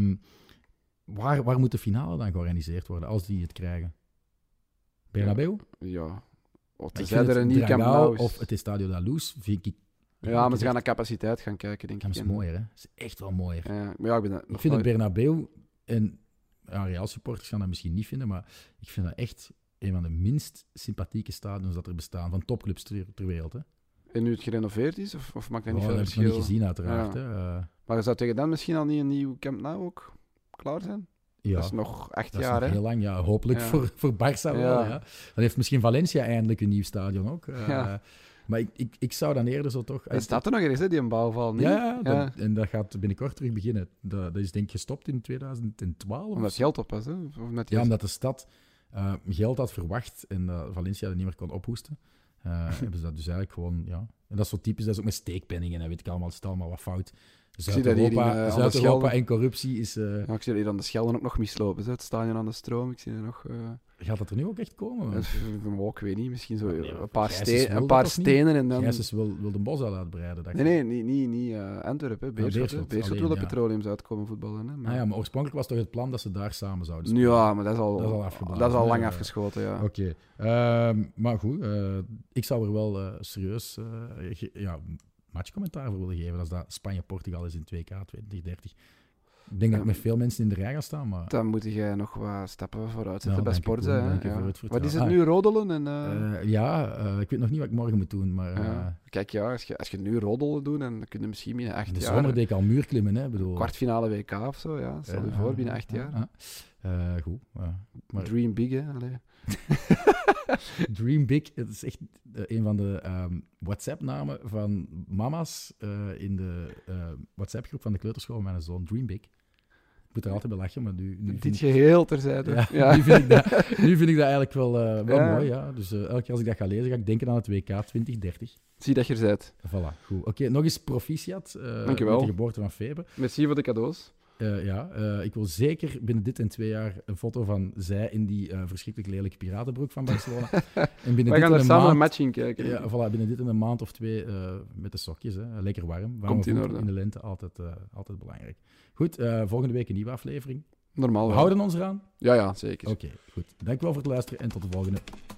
Waar moet de finale dan georganiseerd worden als die het krijgen? Bernabeu? Ja. Tenzij er een nieuw Camp Nou of het Estadio da Luz, vind ik. Ja, maar ze gaan naar capaciteit gaan kijken, denk ik. Dat is mooier, hè? Dat is echt wel mooier. Maar ja, ik vind het Bernabeu en Real supporters gaan dat misschien niet vinden, maar ik vind dat echt een van de minst sympathieke stadions dat er bestaan, van topclubs ter wereld. Hè. En nu het gerenoveerd is, of maakt dat niet veel verschil? Dat heb ik nog niet gezien, uiteraard. Ja. Hè. Maar zou tegen dan misschien al niet een nieuw Camp Nou ook klaar zijn? Ja, dat is nog 8 dat jaar, is nog heel lang, ja. Hopelijk voor Barça wel, ja. Dan heeft misschien Valencia eindelijk een nieuw stadion ook. Maar ik zou dan eerder zo toch... Dat staat er nog eens, hè, die een bouwval. Niet? Ja. En dat gaat binnenkort terug beginnen. Dat is denk ik gestopt in 2012. Omdat geld op was, hè? Omdat de stad geld had verwacht en Valencia dat niet meer kon ophoesten. Hebben ze dat dus eigenlijk gewoon... Ja. En dat is zo typisch, dat is ook met steekpenningen en weet ik allemaal, het is allemaal wat fout. Zuid-Europa en corruptie is... ik zie dat hier aan de Schelden ook nog mislopen. Het stadion aan de stroom, ik zie er nog... Gaat dat er nu ook echt komen? Ik weet niet, misschien zo een paar stenen en dan... Gijsens wil de bos al uitbreiden. Niet Antwerpen, Beerschot. Beerschot wil de Petroleums uitkomen voetballen. Hè, maar maar oorspronkelijk was toch het plan dat ze daar samen zouden spelen? Ja, maar dat is al lang afgeblazen. Afgeschoten, ja. Oké. Maar goed, ik zou er wel serieus matchcommentaar voor willen geven als dat Spanje-Portugal is in 2K 2030. Ik denk dat ik met veel mensen in de rij ga staan, maar... Dan moet jij nog wat stappen vooruit zetten bij sport. Wat is het nu, nu, roddelen? Ik weet nog niet wat ik morgen moet doen, maar... Kijk, als je nu roddelen doet, dan kun je misschien binnen 8 jaar... De zomer deed ik al muurklimmen, hè. Bedoel... Kwartfinale WK of zo, ja. Stel je voor, binnen 8 jaar. Goed. Maar... Dream big, hè. Allee. Dream big, het is echt een van de WhatsApp-namen van mama's in de WhatsApp-groep van de kleuterschool van mijn zoon. Dream big. Ik moet er altijd bij lachen, maar nu dit geheel terzijde. Ja. Nu vind ik dat eigenlijk wel mooi. Ja. Dus elke keer als ik dat ga lezen, ga ik denken aan het WK 2030. Zie dat je er bent. Voilà, goed. Oké, nog eens proficiat met de geboorte van Febe. Merci voor de cadeaus. Ik wil zeker binnen dit en 2 jaar een foto van zij in die verschrikkelijk lelijke piratenbroek van Barcelona. En we gaan er samen een match in kijken. Ja, voilà, binnen dit en een maand of 2 met de sokjes. Hè. Lekker warm. Komt in orde. In de lente altijd belangrijk. Goed, volgende week een nieuwe aflevering. Normaal wel. We houden ons eraan? Ja, zeker. Oké, goed. Dankjewel voor het luisteren en tot de volgende.